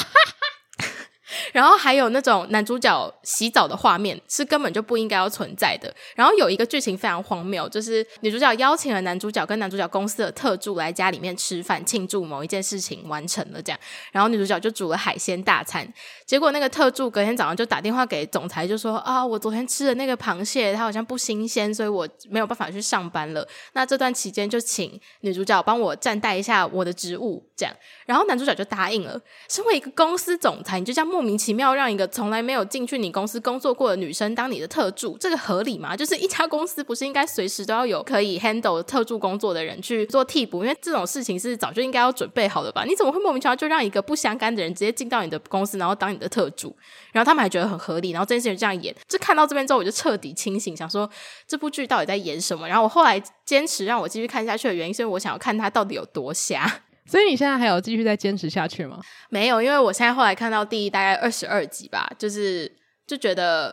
然后还有那种男主角洗澡的画面是根本就不应该要存在的。然后有一个剧情非常荒谬，就是女主角邀请了男主角跟男主角公司的特助来家里面吃饭，庆祝某一件事情完成了这样。然后女主角就煮了海鲜大餐，结果那个特助隔天早上就打电话给总裁，就说我昨天吃的那个螃蟹它好像不新鲜，所以我没有办法去上班了。那这段期间就请女主角帮我暂代一下我的职务这样。然后男主角就答应了。身为一个公司总裁，你就这样莫名其妙让一个从来没有进去你公司工作过的女生当你的特助，这个合理吗？就是一家公司不是应该随时都要有可以 handle 特助工作的人去做替补，因为这种事情是早就应该要准备好的吧？你怎么会莫名其妙就让一个不相干的人直接进到你的公司，然后当你的特助？然后他们还觉得很合理，然后这件事情这样演。就看到这边之后我就彻底清醒，想说这部剧到底在演什么。然后我后来坚持让我继续看下去的原因是因为我想要看它到底有多瞎。 所以你现在还有继续再坚持下去吗？ 没有，因为我现在后来看到大概22集吧，就觉得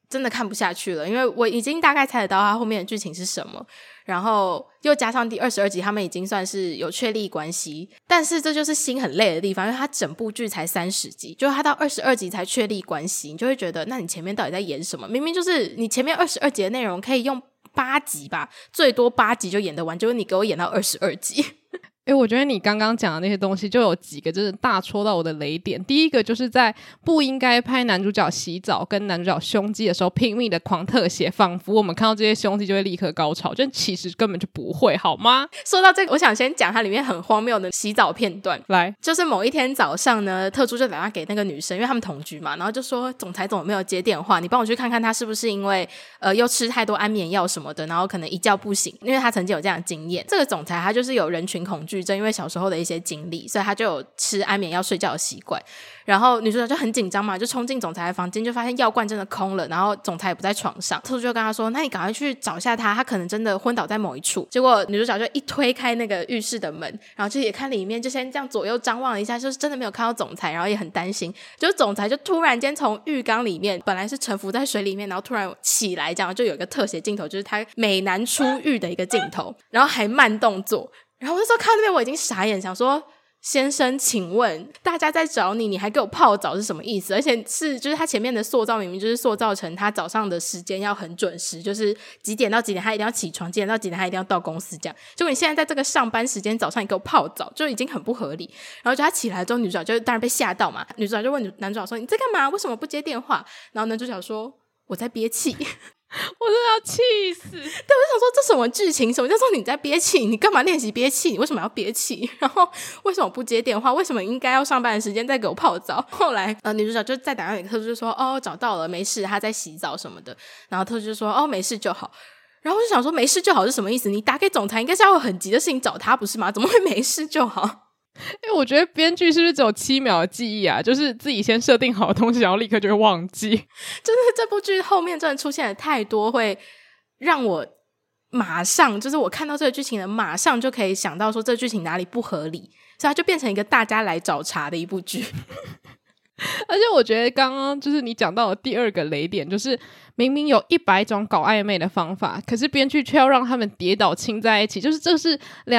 真的看不下去了，因为我已经大概猜得到他后面的剧情是什么，然后又加上第22集他们已经算是有确立关系，但是这就是心很累的地方，因为他整部剧才30集，就他到22集才确立关系，你就会觉得那你前面到底在演什么？明明就是你前面22集的内容可以用8集吧，最多8集就演得完，结果你给我演到22集。 我觉得你刚刚讲的那些东西就有几个真的大戳到我的雷点。第一个就是在不应该拍男主角洗澡跟男主角胸肌的时候拼命的狂特写，仿佛我们看到这些胸肌就会立刻高潮，但其实根本就不会，好吗？ 说到这个，我想先讲它里面很荒谬的洗澡片段。 来， 就是某一天早上呢，特助就打电话给那个女生，因为他们同居嘛，然后就说总裁怎么没有接电话，你帮我去看看他是不是因为又吃太多安眠药什么的，然后可能一觉不醒，因为他曾经有这样的经验。这个总裁他就是有人群恐惧症，因为小时候的一些经历，所以他就有吃安眠药睡觉的习惯。然后女主角就很紧张嘛，就冲进总裁的房间，就发现药罐真的空了，然后总裁也不在床上。特助就跟他说，那你赶快去找一下他可能真的昏倒在某一处。结果女主角就一推开那个浴室的门，然后就也看里面，就先这样左右张望了一下，就是真的没有看到总裁，然后也很担心。就总裁就突然间从浴缸里面，本来是沉浮在水里面，然后突然起来，这样就有一个特写镜头，就是他美男出浴的一个镜头，然后还慢动作。然后我那时候看到那边我已经傻眼，想说先生请问大家在找你，你还给我泡澡是什么意思？而且是就是他前面的塑造明明就是塑造成他早上的时间要很准时，就是几点到几点他一定要起床，几点到几点他一定要到公司，这样结果你现在在这个上班时间早上你给我泡澡，就已经很不合理。然后就他起来之后，女主角就当然被吓到嘛，女主角就问男主角说你在干嘛，为什么不接电话？然后男主角说我在憋气。 我真的要气死。对，我就想说这什么剧情，什么叫做你在憋气，你干嘛练习憋气，你为什么要憋气，然后为什么不接电话，为什么应该要上班的时间再给我泡澡。后来女主角就再打电话给特助，就说哦找到了，没事，他在洗澡什么的。然后特助就说哦没事就好。然后我就想说没事就好是什么意思？你打给总裁应该是要有很急的事情找他不是吗？怎么会没事就好？ 我觉得编剧是不是只有7秒的记忆啊？就是自己先设定好的东西，然后立刻就会忘记。 就是这部剧后面真的出现了太多会让我马上，就是我看到这个剧情的马上就可以想到说这剧情哪里不合理，所以它就变成一个大家来找茬的一部剧。 而且我觉得刚刚就是你讲到的第二个雷点，就是明明有100种搞暧昧的方法，可是编剧却要让他们跌倒亲在一起，就是这是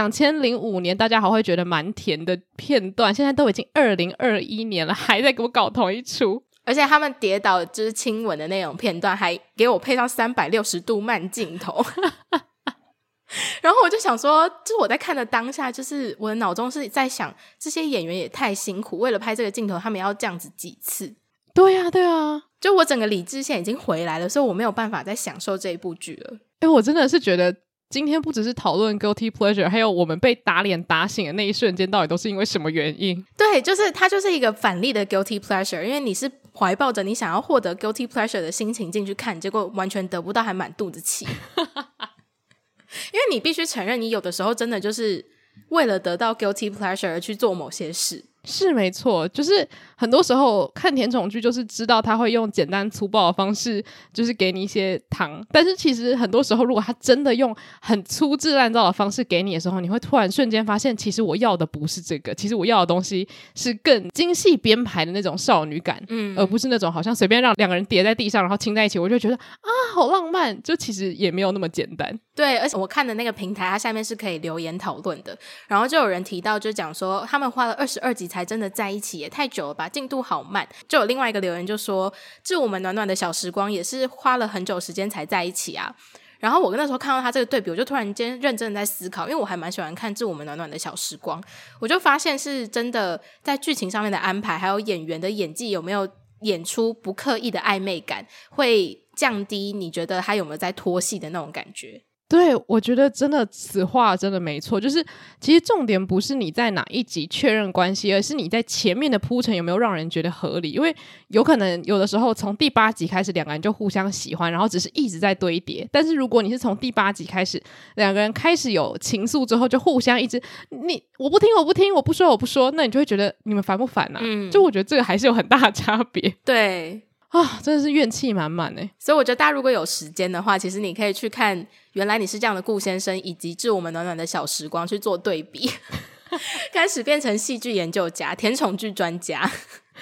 2005年大家还会觉得蛮甜的片段，现在都已经2021年了，还在给我搞同一出。 而且他们跌倒就是亲吻的那种片段还给我配上360度慢镜头。然后我就想说，就是我在看的当下，就是我的脑中是在想这些演员也太辛苦，为了拍这个镜头他们要这样子几次。 对啊对啊， 就我整个理智线已经回来了，所以我没有办法再享受这一部剧了。 我真的是觉得今天不只是讨论 guilty pleasure， 还有我们被打脸打醒的那一瞬间到底都是因为什么原因。 对，就是它就是一个反例的 guilty pleasure， 因为你是怀抱着你想要获得 guilty pleasure 的心情进去看，结果完全得不到，还满肚子气。因为你必须承认你有的时候真的就是为了得到 guilty pleasure 而去做某些事。 是没错，就是很多时候看甜宠剧就是知道他会用简单粗暴的方式就是给你一些糖，但是其实很多时候如果他真的用很粗制滥造的方式给你的时候，你会突然瞬间发现其实我要的不是这个，其实我要的东西是更精细编排的那种少女感，而不是那种好像随便让2个人叠在地上然后亲在一起，我就觉得啊好浪漫，就其实也没有那么简单。 对，而且我看的那个平台它下面是可以留言讨论的，然后就有人提到就讲说他们花了22集才真的在一起，也太久了吧，进度好慢。就有另外一个留言就说致我们暖暖的小时光也是花了很久时间才在一起啊。然后我那时候看到他这个对比，我就突然间认真的在思考，因为我还蛮喜欢看致我们暖暖的小时光，我就发现是真的在剧情上面的安排还有演员的演技有没有演出不刻意的暧昧感，会降低你觉得他有没有在拖戏的那种感觉。 对，我觉得真的此话真的没错，就是其实重点不是你在哪一集确认关系，而是你在前面的铺陈有没有让人觉得合理。因为有可能有的时候从第8集开始2个人就互相喜欢，然后只是一直在堆叠，但是如果你是从第8集开始2个人开始有情愫之后就互相一直我不听我不听我不说我不说，那你就会觉得你们烦不烦啊？就我觉得这个还是有很大的差别。 对啊，真的是怨气满满欸。 所以我觉得大家如果有时间的话，其实你可以去看原来你是这样的顾先生以及致我们暖暖的小时光去做对比。开始变成戏剧研究家，甜宠剧专家。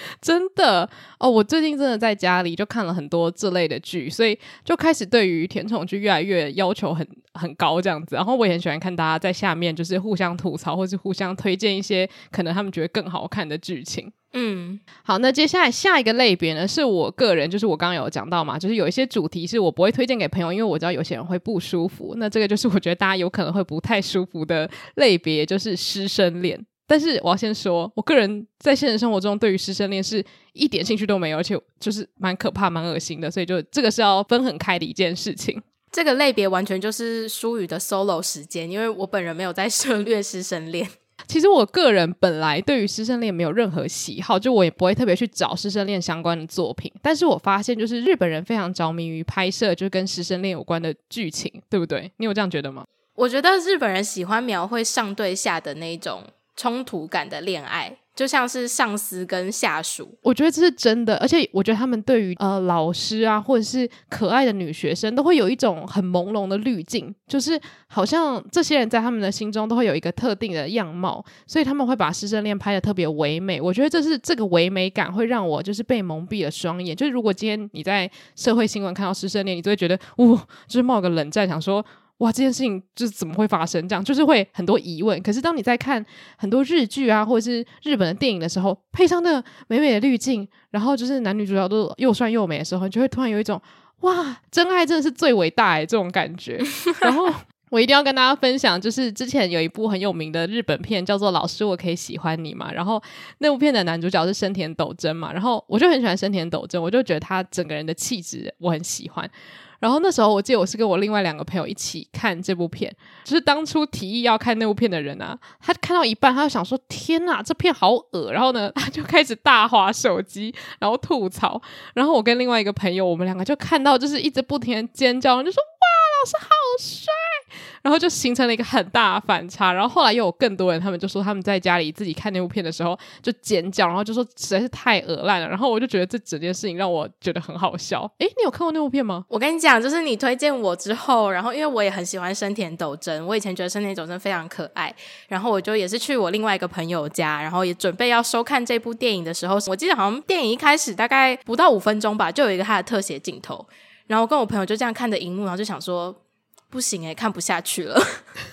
真的哦，我最近真的在家里就看了很多这类的剧，所以就开始对于甜宠剧越来越要求很高这样子。然后我也很喜欢看大家在下面就是互相吐槽，或是互相推荐一些可能他们觉得更好看的剧情。好，那接下来下一个类别呢，是我个人就是我刚刚有讲到嘛，就是有一些主题是我不会推荐给朋友，因为我知道有些人会不舒服。那这个就是我觉得大家有可能会不太舒服的类别，就是师生恋。但是我要先说，我个人在现实生活中对于师生恋是一点兴趣都没有，而且就是蛮可怕蛮恶心的，所以就这个是要分很开的一件事情。 这个类别完全就是舒宇的 solo 时间，因为我本人没有在涉猎师生恋。 其实我个人本来对于师生恋没有任何喜好，就我也不会特别去找师生恋相关的作品，但是我发现就是日本人非常着迷于拍摄就跟师生恋有关的剧情，对不对？你有这样觉得吗？ 我觉得日本人喜欢描绘上对下的那种冲突感的恋爱，就像是上司跟下属。 我觉得这是真的，而且我觉得他们对于老师啊或者是可爱的女学生都会有一种很朦胧的滤镜，就是好像这些人在他们的心中都会有一个特定的样貌，所以他们会把师生恋拍得特别唯美。我觉得这个唯美感会让我就是被蒙蔽了双眼，就是如果今天你在社会新闻看到师生恋，你就会觉得就是冒个冷战，想说哇，这件事情就是怎么会发生，这样就是会很多疑问。可是当你在看很多日剧啊或者是日本的电影的时候，配上那个美美的滤镜，然后就是男女主角都又帅又美的时候，你就会突然有一种哇，真爱真的是最伟大这种感觉。然后我一定要跟大家分享，就是之前有一部很有名的日本片叫做《老师我可以喜欢你》嘛，然后那部片的男主角是生田斗真嘛，然后我就很喜欢生田斗真，我就觉得他整个人的气质我很喜欢。然后那时候我记得我是跟我另外2个朋友一起看这部片，就是当初提议要看那部片的人啊，他看到一半他就想说天哪这片好恶，然后呢他就开始大滑手机然后吐槽，然后我跟另外一个朋友我们2个就看到就是一直不停的尖叫，就说哇老师好帅，然后就形成了一个很大的反差。然后后来又有更多人他们就说他们在家里自己看那部片的时候就尖叫，然后就说实在是太恶烂了，然后我就觉得这整件事情让我觉得很好笑。诶，你有看过那部片吗？ 我跟你讲，就是你推荐我之后，然后因为我也很喜欢生田斗真，我以前觉得生田斗真非常可爱，然后我就也是去我另外一个朋友家，然后也准备要收看这部电影的时候，我记得好像电影一开始大概不到5分钟吧，就有一个他的特写镜头，然后我跟我朋友就这样看着荧幕，然后就想说不行看不下去了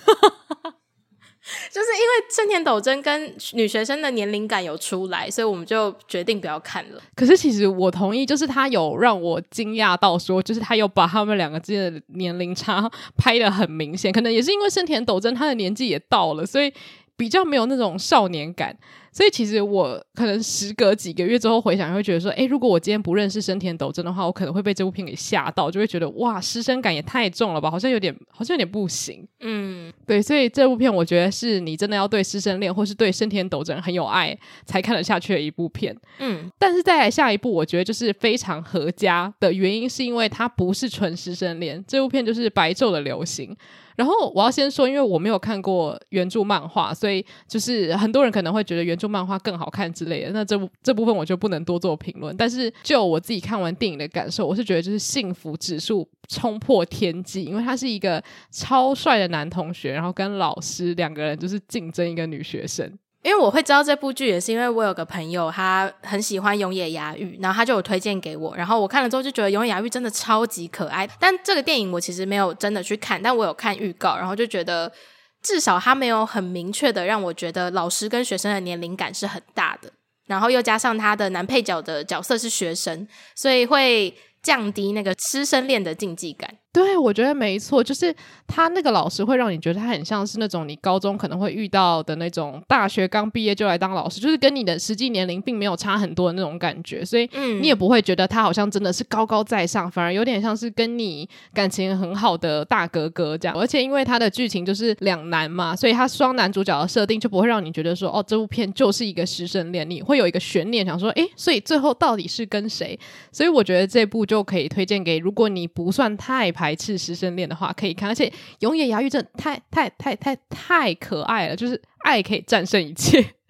就是因为生田斗真跟女学生的年龄感有出来，所以我们就决定不要看了。 可是其实我同意，就是他有让我惊讶到说，就是他有把他们2个之间的年龄差拍得很明显，可能也是因为生田斗真他的年纪也到了，所以比较没有那种少年感。所以其实我可能时隔几个月之后回想，会觉得说如果我今天不认识生田斗真的话，我可能会被这部片给吓到，就会觉得哇师生感也太重了吧，好像有点不行。对，所以这部片我觉得是你真的要对师生恋或是对生田斗真很有爱才看得下去的一部片。但是再来下一部我觉得就是非常合家的原因是因为它不是纯师生恋，这部片就是白昼的流行。然后我要先说，因为我没有看过原著漫画，所以就是很多人可能会觉得原著漫画更好看之类的，那这部分我就不能多做评论。但是就我自己看完电影的感受，我是觉得就是幸福指数冲破天际，因为他是一个超帅的男同学，然后跟老师2个人就是竞争一个女学生。 因为我会知道这部剧也是因为我有个朋友他很喜欢永野芽郁，然后他就有推荐给我，然后我看了之后就觉得永野芽郁真的超级可爱。但这个电影我其实没有真的去看，但我有看预告，然后就觉得至少他没有很明确的让我觉得老师跟学生的年龄感是很大的，然后又加上他的男配角的角色是学生，所以会降低那个师生恋的竞技感。 对，我觉得没错，就是他那个老师会让你觉得他很像是那种你高中可能会遇到的那种大学刚毕业就来当老师，就是跟你的实际年龄并没有差很多的那种感觉，所以你也不会觉得他好像真的是高高在上，反而有点像是跟你感情很好的大哥哥这样。而且因为他的剧情就是2男嘛，所以他双男主角的设定就不会让你觉得说这部片就是一个师生恋，你会有一个悬念想说所以最后到底是跟谁。所以我觉得这部就可以推荐给如果你不算太排斥师生恋的话可以看，而且永野芽郁真的太可爱了，就是爱可以战胜一切。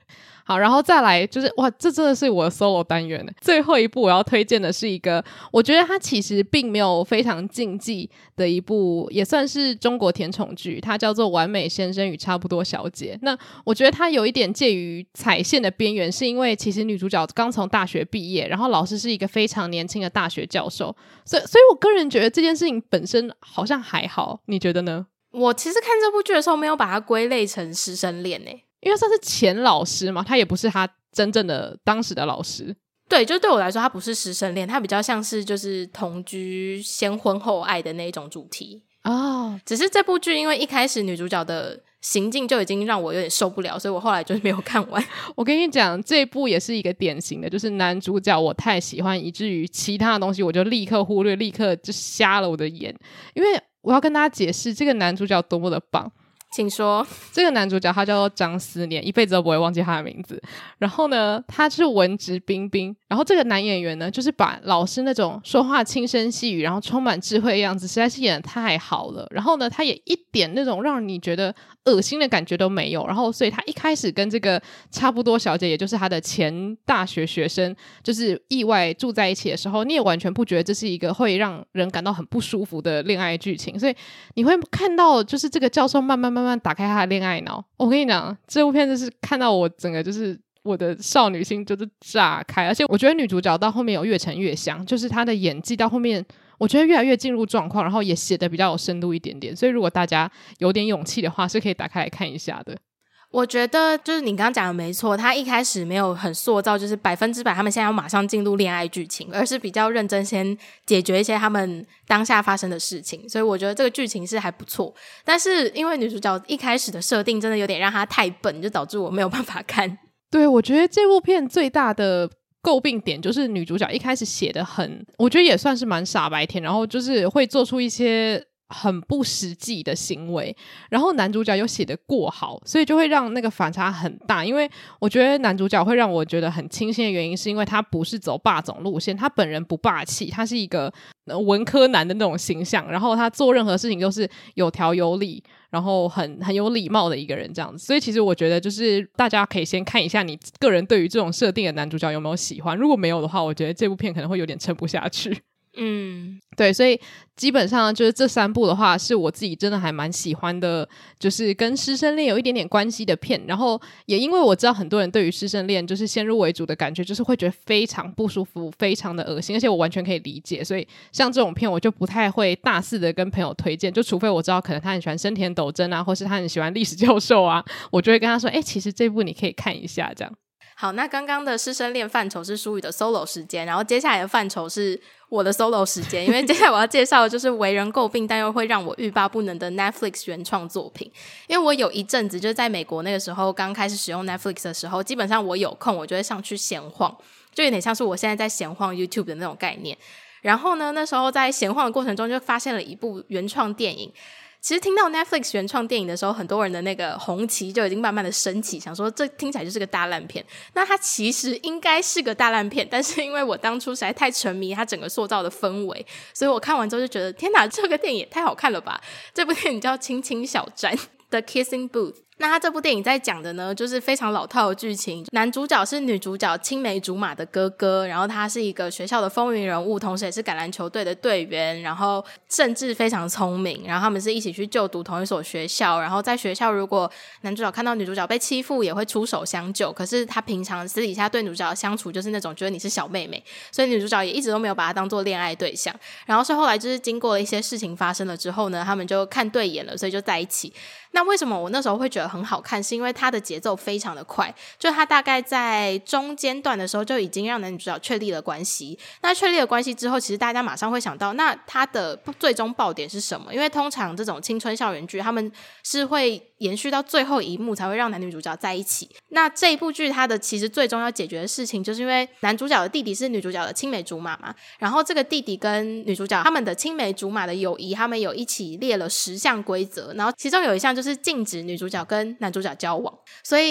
好，然后再来就是哇，这真的是我的 solo 单元。最后一部我要推荐的是一个，我觉得它其实并没有非常禁忌的一部，也算是中国甜宠剧，它叫做《完美先生与差不多小姐》。那我觉得它有一点介于踩线的边缘，是因为其实女主角刚从大学毕业，然后老师是一个非常年轻的大学教授，所以我个人觉得这件事情本身好像还好，你觉得呢？ 我其实看这部剧的时候没有把它归类成师生恋欸， 因为算是前老师嘛，他也不是他真正的当时的老师。 对，就对我来说它不是师生恋，它比较像是就是同居先婚后爱的那一种主题哦。 只是这部剧因为一开始女主角的行径就已经让我有点受不了，所以我后来就是没有看完。 我跟你讲，这一部也是一个典型的，就是男主角我太喜欢，以至于其他的东西我就立刻忽略，立刻就瞎了我的眼。因为我要跟大家解释这个男主角多么的棒。 请说。 这个男主角他叫做张思念，一辈子都不会忘记他的名字。然后呢，他是文质彬彬。然后这个男演员呢，就是把老师那种说话轻声细语，然后充满智慧的样子，实在是演得太好了。然后呢，他也一点那种让你觉得恶心的感觉都没有。然后，所以他一开始跟这个差不多小姐，也就是他的前大学学生，就是意外住在一起的时候，你也完全不觉得这是一个会让人感到很不舒服的恋爱剧情。所以你会看到，就是这个教授慢慢打开他的恋爱脑。我跟你讲，这部片就是看到我整个就是我的少女心就是炸开，而且我觉得女主角到后面有越沉越香，就是她的演技到后面我觉得越来越进入状况，然后也写得比较有深度一点点，所以如果大家有点勇气的话是可以打开来看一下的。 我觉得就是你刚刚讲的没错，他一开始没有很塑造就是100%他们现在要马上进入恋爱剧情，而是比较认真先解决一些他们当下发生的事情，所以我觉得这个剧情是还不错。但是因为女主角一开始的设定真的有点让她太笨，就导致我没有办法看。 对，我觉得这部片最大的诟病点就是女主角一开始写的很，我觉得也算是蛮傻白甜，然后就是会做出一些很不实际的行为，然后男主角又写得过好，所以就会让那个反差很大。因为我觉得男主角会让我觉得很清新的原因是因为他不是走霸总路线，他本人不霸气，他是一个文科男的那种形象，然后他做任何事情都是有条有理，然后很有礼貌的一个人这样子。所以其实我觉得就是大家可以先看一下你个人对于这种设定的男主角有没有喜欢，如果没有的话我觉得这部片可能会有点撑不下去。对，所以基本上就是这3部的话是我自己真的还蛮喜欢的，就是跟师生恋有一点点关系的片。然后也因为我知道很多人对于师生恋就是先入为主的感觉就是会觉得非常不舒服，非常的恶心，而且我完全可以理解，所以像这种片我就不太会大肆的跟朋友推荐，就除非我知道可能他很喜欢深田斗真啊，或是他很喜欢历史教授啊，我就会跟他说其实这部你可以看一下这样。 好，那刚刚的师生恋范畴是舒宇的 solo 时间，然后接下来的范畴是我的 solo 时间，因为接下来我要介绍的就是为人诟病但又会让我欲罢不能的 Netflix 原创作品。因为我有一阵子就是在美国那个时候刚开始使用 Netflix 的时候，基本上我有空我就会上去闲晃，就有点像是我现在在闲晃 YouTube 的那种概念。然后呢，那时候在闲晃的过程中就发现了一部原创电影。其实听到 Netflix 原创电影的时候，很多人的那个红旗就已经慢慢的升起，想说这听起来就是个大烂片。那它其实应该是个大烂片，但是因为我当初实在太沉迷它整个塑造的氛围，所以我看完之后就觉得天哪，这个电影也太好看了吧。这部电影叫《青青小站》The Kissing Booth。那他这部电影在讲的呢，就是非常老套的剧情。男主角是女主角青梅竹马的哥哥，然后他是一个学校的风云人物，同时也是橄榄球队的队员，然后政治非常聪明，然后他们是一起去就读同一所学校，然后在学校如果男主角看到女主角被欺负也会出手相救，可是他平常私底下对女主角的相处就是那种觉得你是小妹妹，所以女主角也一直都没有把他当做恋爱对象。然后是后来就是经过了一些事情发生了之后呢，他们就看对眼了，所以就在一起。那为什么我那时候会觉得很好看，是因为它的节奏非常的快，就它大概在中间段的时候就已经让男女主角确立了关系。那确立了关系之后，其实大家马上会想到那它的最终爆点是什么，因为通常这种青春校园剧他们是会延续到最后一幕才会让男女主角在一起。那这一部剧它的其实最终要解决的事情，就是因为男主角的弟弟是女主角的青梅竹马嘛，然后这个弟弟跟女主角他们的青梅竹马的友谊，他们有一起列了10项规则，然后其中有一项就是禁止女主角跟男主角交往，所以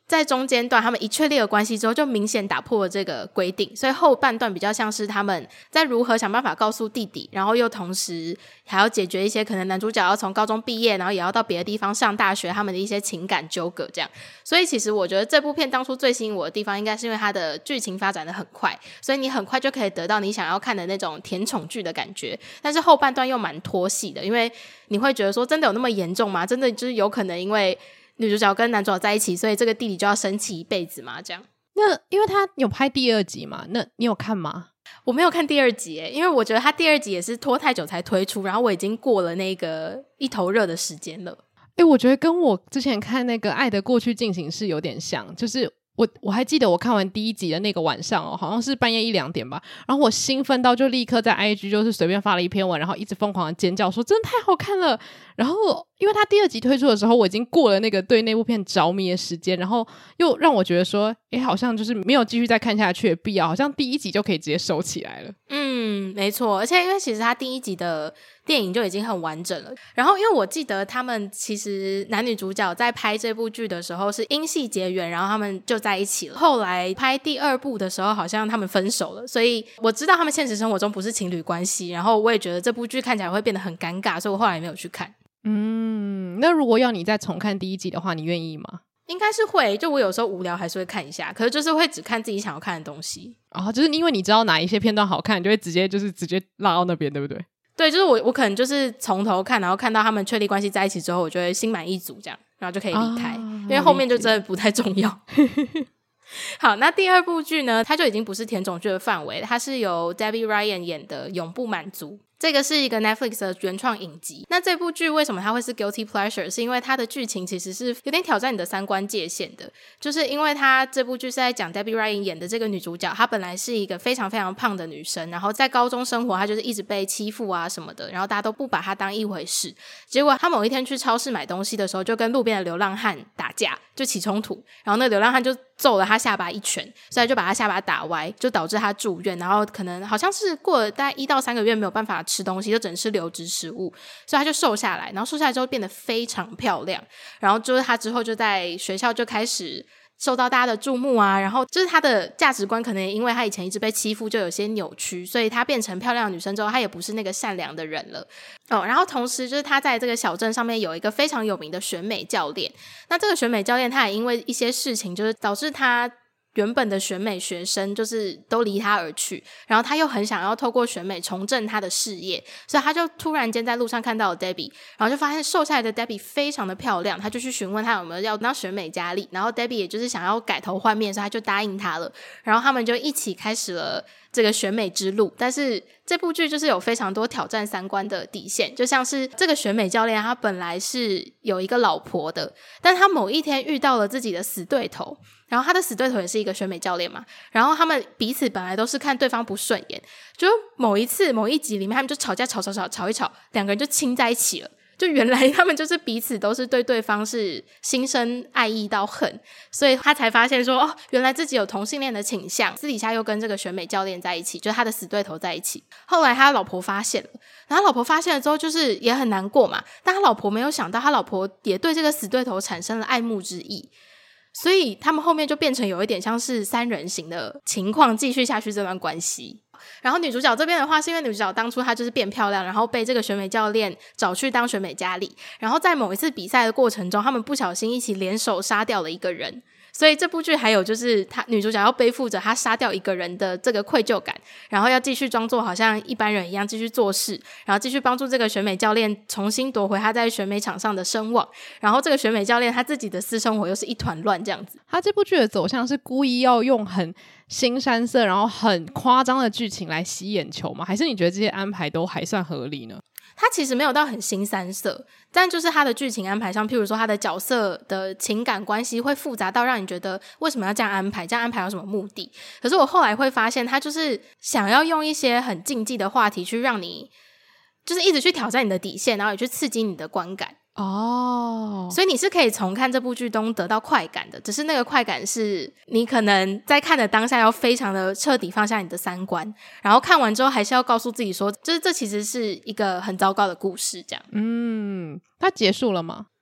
在中间段他们一确立了关系之后就明显打破了这个规定，所以后半段比较像是他们在如何想办法告诉弟弟，然后又同时还要解决一些可能男主角要从高中毕业然后也要到别的地方上大学他们的一些情感纠葛这样。所以其实我觉得这部片当初最吸引我的地方应该是因为它的剧情发展的很快，所以你很快就可以得到你想要看的那种甜宠剧的感觉，但是后半段又蛮拖戏的，因为你会觉得说真的有那么严重吗？真的就是有可能因为女主角跟男主角在一起，所以这个弟弟就要生气一辈子嘛？这样。 那因为他有拍第2集嘛，那你有看吗？ 我没有看第2集耶，因为我觉得他第2集也是拖太久才推出，然后我已经过了那个一头热的时间了。 我觉得跟我之前看那个《爱的过去进行式》有点像，就是我还记得我看完第1集的那个晚上好像是半夜1-2点吧，然后我兴奋到就立刻在 IG 就是随便发了一篇文，然后一直疯狂的尖叫说真的太好看了。然后因为他第2集推出的时候我已经过了那个对那部片着迷的时间，然后又让我觉得说好像就是没有继续再看下去的必要，好像第1集就可以直接收起来了。 没错，而且因为其实他第1集的电影就已经很完整了，然后因为我记得他们其实男女主角在拍这部剧的时候是因戏结缘，然后他们就在一起了，后来拍第2部的时候好像他们分手了，所以我知道他们现实生活中不是情侣关系，然后我也觉得这部剧看起来会变得很尴尬，所以我后来也没有去看。 那如果要你再重看第1集的话你愿意吗？ 应该是会，就我有时候无聊还是会看一下，可是就是会只看自己想要看的东西。 就是因为你知道哪一些片段好看，你就会直接拉到那边，对不对？ 对，就是我可能就是从头看，然后看到他们确立关系在一起之后，我就会心满意足这样，然后就可以离开，因为后面就真的不太重要。好，那第2部剧呢，它就已经不是甜宠剧的范围了，它是由 Debbie Ryan 演的《永不满足》。这个是一个 Netflix 的原创影集。那这部剧为什么它会是 Guilty Pleasure， 是因为它的剧情其实是有点挑战你的三观界限的，就是因为它这部剧是在讲 Debbie Ryan 演的这个女主角，她本来是一个非常非常胖的女生，然后在高中生活她就是一直被欺负啊什么的，然后大家都不把她当一回事，结果她某一天去超市买东西的时候就跟路边的流浪汉打架，就起冲突，然后那个流浪汉就揍了她下巴一拳，所以就把她下巴打歪，就导致她住院，然后可能好像是过了大概1到3个月没有办法吃东西，就只能吃流质食物，所以她就瘦下来，然后瘦下来之后变得非常漂亮，然后就是她之后就在学校就开始受到大家的注目啊，然后就是她的价值观可能也因为她以前一直被欺负就有些扭曲，所以她变成漂亮的女生之后她也不是那个善良的人了然后同时就是她在这个小镇上面有一个非常有名的选美教练，那这个选美教练他也因为一些事情就是导致他原本的选美学生就是都离他而去，然后他又很想要透过选美重振他的事业，所以他就突然间在路上看到了 Debbie， 然后就发现瘦下来的 Debbie 非常的漂亮，他就去询问他有没有要当选美佳丽，然后 Debbie 也就是想要改头换面，所以他就答应他了，然后他们就一起开始了这个选美之路。但是这部剧就是有非常多挑战三观的底线，就像是这个选美教练他本来是有一个老婆的，但他某一天遇到了自己的死对头，然后他的死对头也是一个选美教练嘛，然后他们彼此本来都是看对方不顺眼，就某一集里面他们就吵架吵一吵，两个人就亲在一起了，就原来他们就是彼此都是对对方是心生爱意到恨，所以他才发现说原来自己有同性恋的倾向，私底下又跟这个选美教练在一起，就是他的死对头在一起。后来他老婆发现了，然后老婆发现了之后就是也很难过嘛，但他老婆没有想到他老婆也对这个死对头产生了爱慕之意，所以他们后面就变成有一点像是三人行的情况继续下去这段关系。然后女主角这边的话是因为女主角当初她就是变漂亮，然后被这个选美教练找去当选美佳丽，然后在某一次比赛的过程中他们不小心一起联手杀掉了一个人，所以这部剧还有就是女主角要背负着她杀掉一个人的这个愧疚感，然后要继续装作好像一般人一样继续做事，然后继续帮助这个选美教练重新夺回他在选美场上的声望，然后这个选美教练他自己的私生活又是一团乱这样子。 他这部剧的走向是故意要用很腥膻色然后很夸张的剧情来吸眼球吗？还是你觉得这些安排都还算合理呢？ 他其实没有到很腥膻色，但就是他的剧情安排上，譬如说他的角色的情感关系会复杂到让你觉得为什么要这样安排，这样安排有什么目的。可是我后来会发现他就是想要用一些很禁忌的话题去让你就是一直去挑战你的底线，然后也去刺激你的观感所以你是可以从看这部剧中得到快感的，只是那个快感是你可能在看的当下要非常的彻底放下你的三观，然后看完之后还是要告诉自己说就是这其实是一个很糟糕的故事这样。 它结束了吗？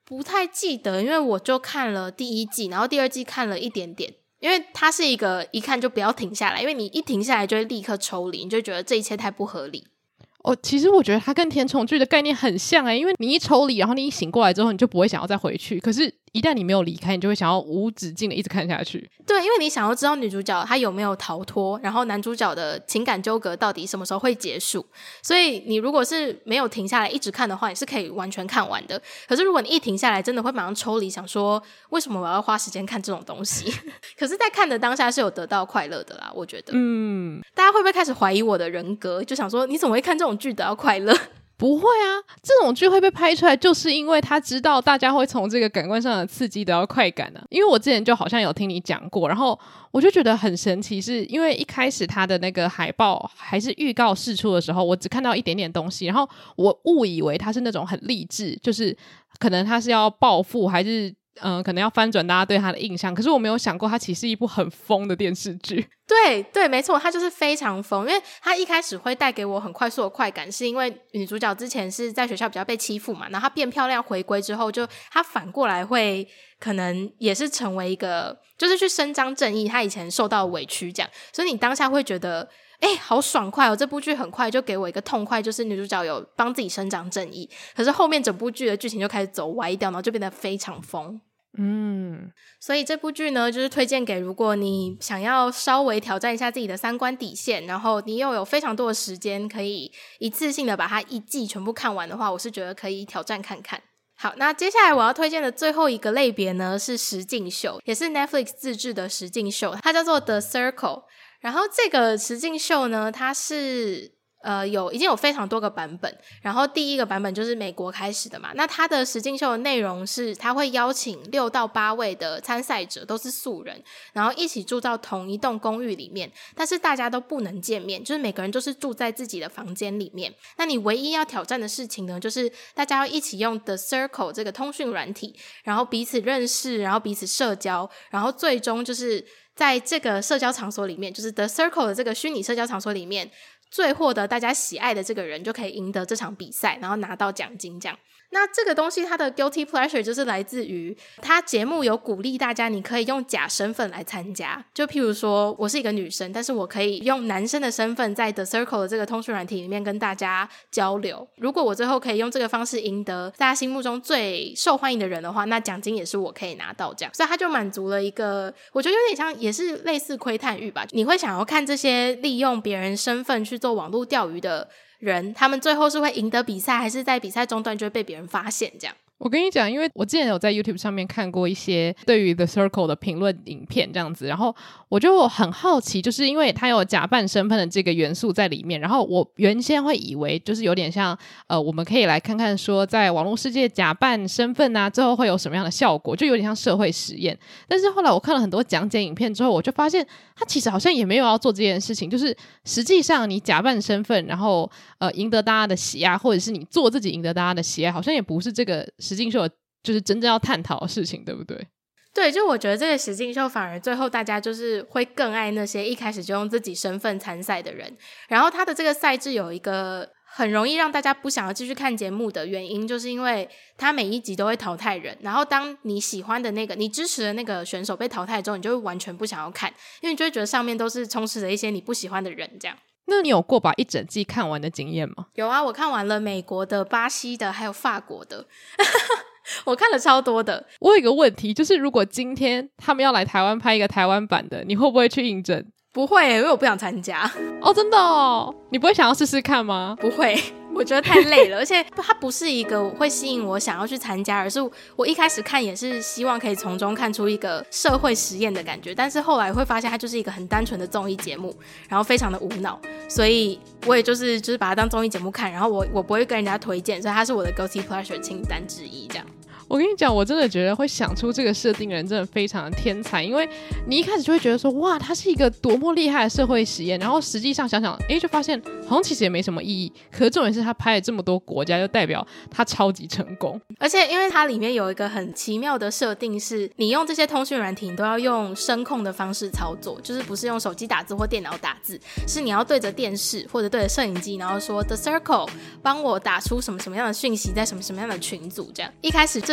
不太记得，因为我就看了第1季，然后第2季看了一点点，因为它是一个一看就不要停下来，因为你一停下来就会立刻抽离，你就觉得这一切太不合理。 其实我觉得它跟甜宠剧的概念很像因为你一抽离，然后你一醒过来之后你就不会想要再回去，可是一旦你没有离开，你就会想要无止境的一直看下去。 对，因为你想要知道女主角她有没有逃脱，然后男主角的情感纠葛到底什么时候会结束，所以你如果是没有停下来一直看的话，你是可以完全看完的。可是如果你一停下来，真的会马上抽离，想说为什么我要花时间看这种东西可是在看的当下是有得到快乐的啦，我觉得大家会不会开始怀疑我的人格，就想说你怎么会看这种剧得到快乐？ 不会啊，这种剧会被拍出来就是因为他知道大家会从这个感官上的刺激得到快感啊。因为我之前就好像有听你讲过，然后我就觉得很神奇，是因为一开始他的那个海报还是预告释出的时候，我只看到一点点东西，然后我误以为他是那种很励志，就是可能他是要报复还是可能要翻转大家对他的印象，可是我没有想过它其实是一部很疯的电视剧。 对对，没错，它就是非常疯，因为它一开始会带给我很快速的快感，是因为女主角之前是在学校比较被欺负嘛，然后她变漂亮回归之后，就她反过来会可能也是成为一个就是去伸张正义她以前受到的委屈这样，所以你当下会觉得好爽快这部剧很快就给我一个痛快，就是女主角有帮自己伸张正义，可是后面整部剧的剧情就开始走歪掉，然后就变得非常疯。所以这部剧呢就是推荐给如果你想要稍微挑战一下自己的三观底线，然后你又有非常多的时间可以一次性的把它一季全部看完的话，我是觉得可以挑战看看。好，那接下来我要推荐的最后一个类别呢是实境秀，也是 Netflix 自制的实境秀，它叫做 The Circle。 然后这个实境秀呢它是已经有非常多个版本，然后第一个版本就是美国开始的嘛，那它的实境秀的内容是它会邀请6到8位的参赛者，都是素人，然后一起住到同一栋公寓里面，但是大家都不能见面，就是每个人都是住在自己的房间里面。那你唯一要挑战的事情呢，就是大家要一起用 The Circle 这个通讯软体，然后彼此认识，然后彼此社交，然后最终就是在这个社交场所里面，就是 The Circle 的这个虚拟社交场所里面，最获得大家喜爱的这个人就可以赢得这场比赛，然后拿到奖金这样。那这个东西它的 guilty pleasure 就是来自于它节目有鼓励大家你可以用假身份来参加，就譬如说我是一个女生，但是我可以用男生的身份在 The Circle 的这个通讯软体里面跟大家交流，如果我最后可以用这个方式赢得大家心目中最受欢迎的人的话，那奖金也是我可以拿到这样。所以它就满足了一个我觉得有点像也是类似窥探欲吧，你会想要看这些利用别人身份去做网络钓鱼的人，他们最后是会赢得比赛，还是在比赛中段就会被别人发现这样。 我跟你讲，因为我之前有在 YouTube 上面看过一些对于 The Circle 的评论影片这样子，然后我就很好奇，就是因为它有假扮身份的这个元素在里面，然后我原先会以为就是有点像我们可以来看看说在网络世界假扮身份啊之后会有什么样的效果，就有点像社会实验。但是后来我看了很多讲解影片之后，我就发现它其实好像也没有要做这件事情，就是实际上你假扮身份然后赢得大家的喜爱，或者是你做自己赢得大家的喜爱，好像也不是这个实境秀就是真正要探讨的事情，对不对？ 对，就我觉得这个实境秀反而最后大家就是会更爱那些一开始就用自己身份参赛的人，然后他的这个赛制有一个很容易让大家不想要继续看节目的原因，就是因为他每一集都会淘汰人，然后当你喜欢的那个你支持的那个选手被淘汰之后，你就会完全不想要看，因为你就会觉得上面都是充斥着一些你不喜欢的人这样。 那你有过把一整季看完的经验吗？ 有啊，我看完了美国的、巴西的还有法国的我看了超多的。 我有一个问题，就是如果今天他们要来台湾拍一个台湾版的，你会不会去应征？ 不会因为我不想参加。 哦，真的哦？你不会想要试试看吗？ 不会，我觉得太累了而且它不是一个会吸引我想要去参加，而是我一开始看也是希望可以从中看出一个社会实验的感觉，但是后来会发现它就是一个很单纯的综艺节目，然后非常的无脑，所以我也就是把它当综艺节目看，然后我不会跟人家推荐，所以它是我的 guilty pleasure 清单之一这样。 我跟你讲，我真的觉得会想出这个设定的人真的非常的天才，因为你一开始就会觉得说哇它是一个多么厉害的社会实验，然后实际上想想就发现好像其实也没什么意义，可是重点是他拍了这么多国家，就代表他超级成功。 而且因为它里面有一个很奇妙的设定，是你用这些通讯软体你都要用声控的方式操作，就是不是用手机打字或电脑打字，是你要对着电视或者对着摄影机，然后说 The Circle 帮我打出什么什么样的讯息在什么什么样的群组这样。一开始这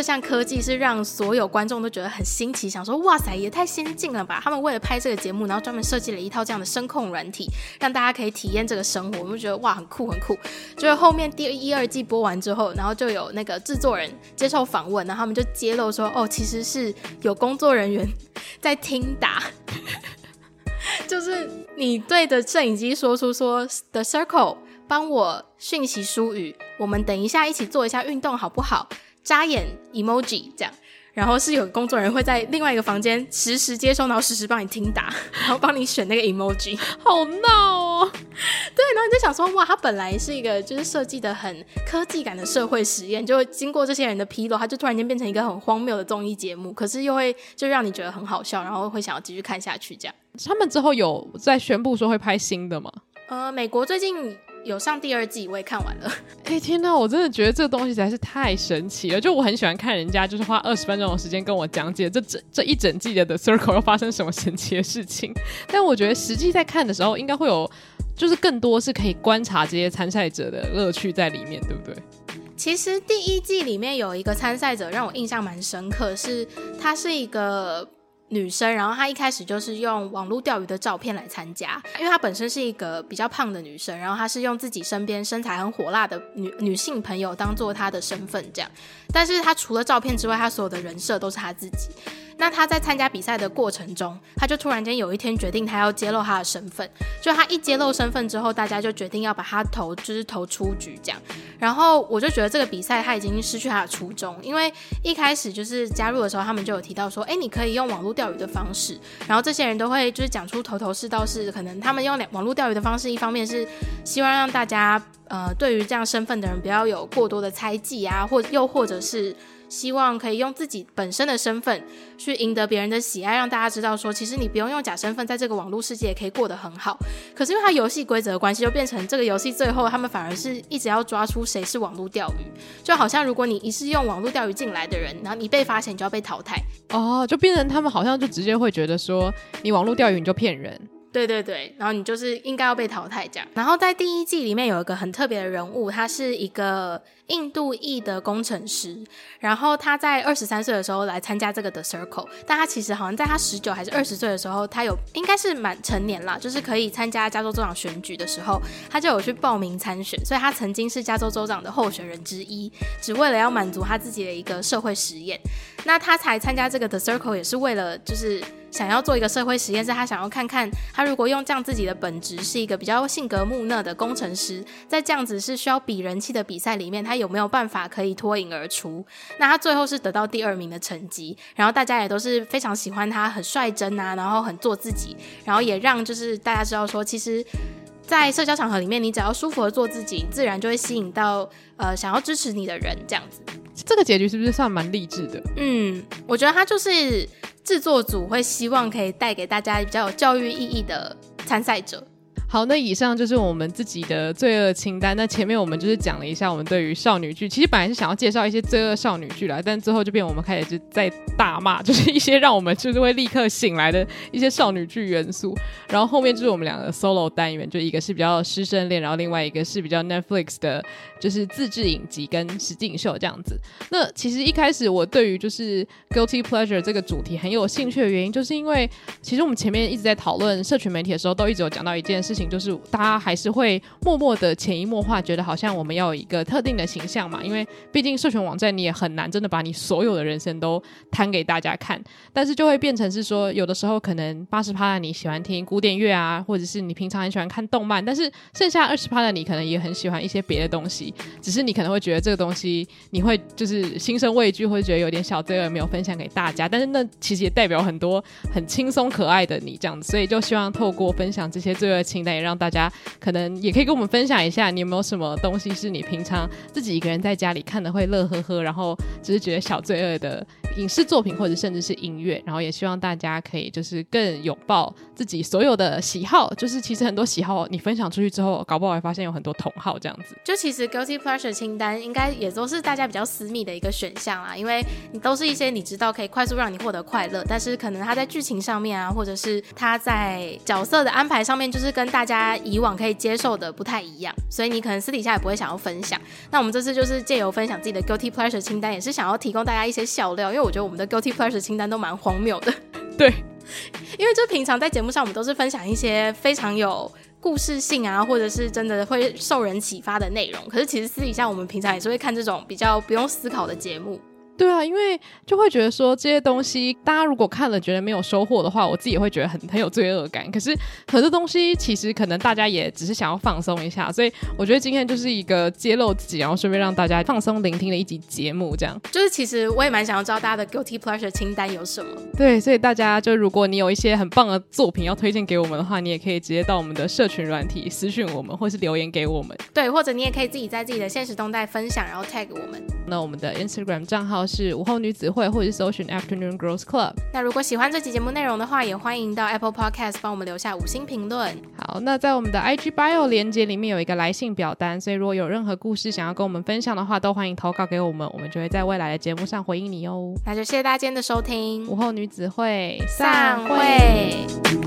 项科技是让所有观众都觉得很新奇，想说哇塞也太先进了吧，他们为了拍这个节目然后专门设计了一套这样的声控软体，让大家可以体验这个生活，我们觉得哇很酷很酷。就是后面第1、2季播完之后，然后就有那个制作人接受访问，然后他们就揭露说哦其实是有工作人员在听打就是你对着摄影机说出说 The Circle 帮我讯息输语，我们等一下一起做一下运动好不好，眨眼 emoji 这样，然后是有工作人员会在另外一个房间实时接收，然后实时帮你听打，然后帮你选那个 emoji 好闹哦。 对，然后你就想说哇它本来是一个就是设计的很科技感的社会实验，就经过这些人的披露，它就突然间变成一个很荒谬的综艺节目，可是又会就让你觉得很好笑，然后会想要继续看下去这样。 他们之后有在宣布说会拍新的吗？ 美国最近有上第2季，我也看完了。 天哪，我真的觉得这个东西实在是太神奇了，就我很喜欢看人家就是花20分钟的时间跟我讲解这一整季的 The Circle 又发生什么神奇的事情，但我觉得实际在看的时候应该会有就是更多是可以观察这些参赛者的乐趣在里面，对不对？ 其实第1季里面有一个参赛者让我印象蛮深刻，是她是一个女生，然后她一开始就是用网络钓鱼的照片来参加，因为她本身是一个比较胖的女生，然后她是用自己身边身材很火辣的女性朋友当做她的身份这样，但是她除了照片之外，她所有的人设都是她自己。那他在参加比赛的过程中，他就突然间有一天决定他要揭露他的身份，就他一揭露身份之后，大家就决定要把他投出局这样。然后我就觉得这个比赛他已经失去他的初衷，因为一开始就是加入的时候，他们就有提到说你可以用网络钓鱼的方式，然后这些人都会就是讲出头头是道，是可能他们用网络钓鱼的方式，一方面是希望让大家对于这样身份的人不要有过多的猜忌啊，又或者是希望可以用自己本身的身份去赢得别人的喜爱，让大家知道说其实你不用用假身份在这个网络世界也可以过得很好。可是因为它游戏规则的关系，就变成这个游戏最后他们反而是一直要抓出谁是网络钓鱼，就好像如果你一是用网络钓鱼进来的人，然后你被发现你就要被淘汰就变成他们好像就直接会觉得说你网络钓鱼你就骗人， 对对对，然后你就是应该要被淘汰这样。然后在第1季里面有一个很特别的人物，他是一个印度裔的工程师，然后他在23岁的时候来参加这个 The Circle， 但他其实好像在他19还是20岁的时候，他应该是满成年啦，就是可以参加加州州长选举的时候，他就有去报名参选，所以他曾经是加州州长的候选人之一，只为了要满足他自己的一个社会实验。那他才参加这个 The Circle 也是为了就是想要做一个社会实验，是他想要看看他如果用这样自己的本质是一个比较性格木讷的工程师，在这样子是需要比人气的比赛里面，他有没有办法可以脱颖而出。那他最后是得到第2名的成绩，然后大家也都是非常喜欢他，很率真啊，然后很做自己，然后也让就是大家知道说其实在社交场合里面，你只要舒服的做自己，自然就会吸引到想要支持你的人这样子。 这个结局是不是算蛮励志的？ 我觉得他就是制作组会希望可以带给大家比较有教育意义的参赛者。 好，那以上就是我们自己的罪恶清单。那前面我们就是讲了一下我们对于少女剧，其实本来是想要介绍一些罪恶少女剧啦，但最后就变我们开始就在大骂，就是一些让我们就是会立刻醒来的一些少女剧元素。然后后面就是我们两个 solo 单元，就一个是比较师生恋，然后另外一个是比较 Netflix 的就是自制影集跟实境秀这样子。那其实一开始我对于就是 Guilty Pleasure 这个主题很有兴趣的原因，就是因为其实我们前面一直在讨论社群媒体的时候，都一直有讲到一件事情，就是大家还是会默默的潜移默化觉得好像我们要有一个特定的形象嘛，因为毕竟社群网站你也很难真的把你所有的人生都摊给大家看，但是就会变成是说有的时候可能 80% 的你喜欢听古典乐啊，或者是你平常很喜欢看动漫，但是剩下 20% 的你可能也很喜欢一些别的东西，只是你可能会觉得这个东西你会就是心生畏惧，或者觉得有点小罪恶没有分享给大家，但是那其实也代表很多很轻松可爱的你这样子，所以就希望透过分享这些罪恶清单，也让大家可能也可以跟我们分享一下，你有没有什么东西是你平常自己一个人在家里看的会乐呵呵，然后只是觉得小罪恶的影视作品或者甚至是音乐，然后也希望大家可以就是更拥抱自己所有的喜好，就是其实很多喜好你分享出去之后搞不好会发现有很多同好这样子。 就其实 Guilty Pleasure 清单应该也都是大家比较私密的一个选项啦，因为你都是一些你知道可以快速让你获得快乐，但是可能它在剧情上面啊，或者是它在角色的安排上面就是跟大家以往可以接受的不太一样，所以你可能私底下也不会想要分享。那我们这次就是借由分享自己的 Guilty Pleasure 清单，也是想要提供大家一些笑料，因为我觉得我们的 Guilty Pleasure 清单都蛮荒谬的。 对， 因为就平常在节目上我们都是分享一些非常有故事性啊，或者是真的会受人启发的内容，可是其实私底下我们平常也是会看这种比较不用思考的节目。 对啊，因为就会觉得说这些东西大家如果看了觉得没有收获的话，我自己也会觉得很有罪恶感，可是很多东西其实可能大家也只是想要放松一下，所以我觉得今天就是一个揭露自己然后顺便让大家放松聆听的一集节目，这样就是其实我也蛮想要知道大家的 Guilty Pleasure 清单有什么。 对，所以大家就如果你有一些很棒的作品要推荐给我们的话，你也可以直接到我们的社群软体私讯我们，或是留言给我们。 对，或者你也可以自己在自己的限时动态分享然后 tag 我们。 那我们的 Instagram 账号是午后女子会，或者是搜寻 Afternoon Girls Club。 那如果喜欢这期节目内容的话，也欢迎到 Apple Podcast 帮我们留下5星评论。 好，那在我们的 IG Bio 连结里面有一个来信表单，所以如果有任何故事想要跟我们分享的话，都欢迎投稿给我们，我们就会在未来的节目上回应你哦。 那就谢谢大家今天的收听， 午后女子会散会。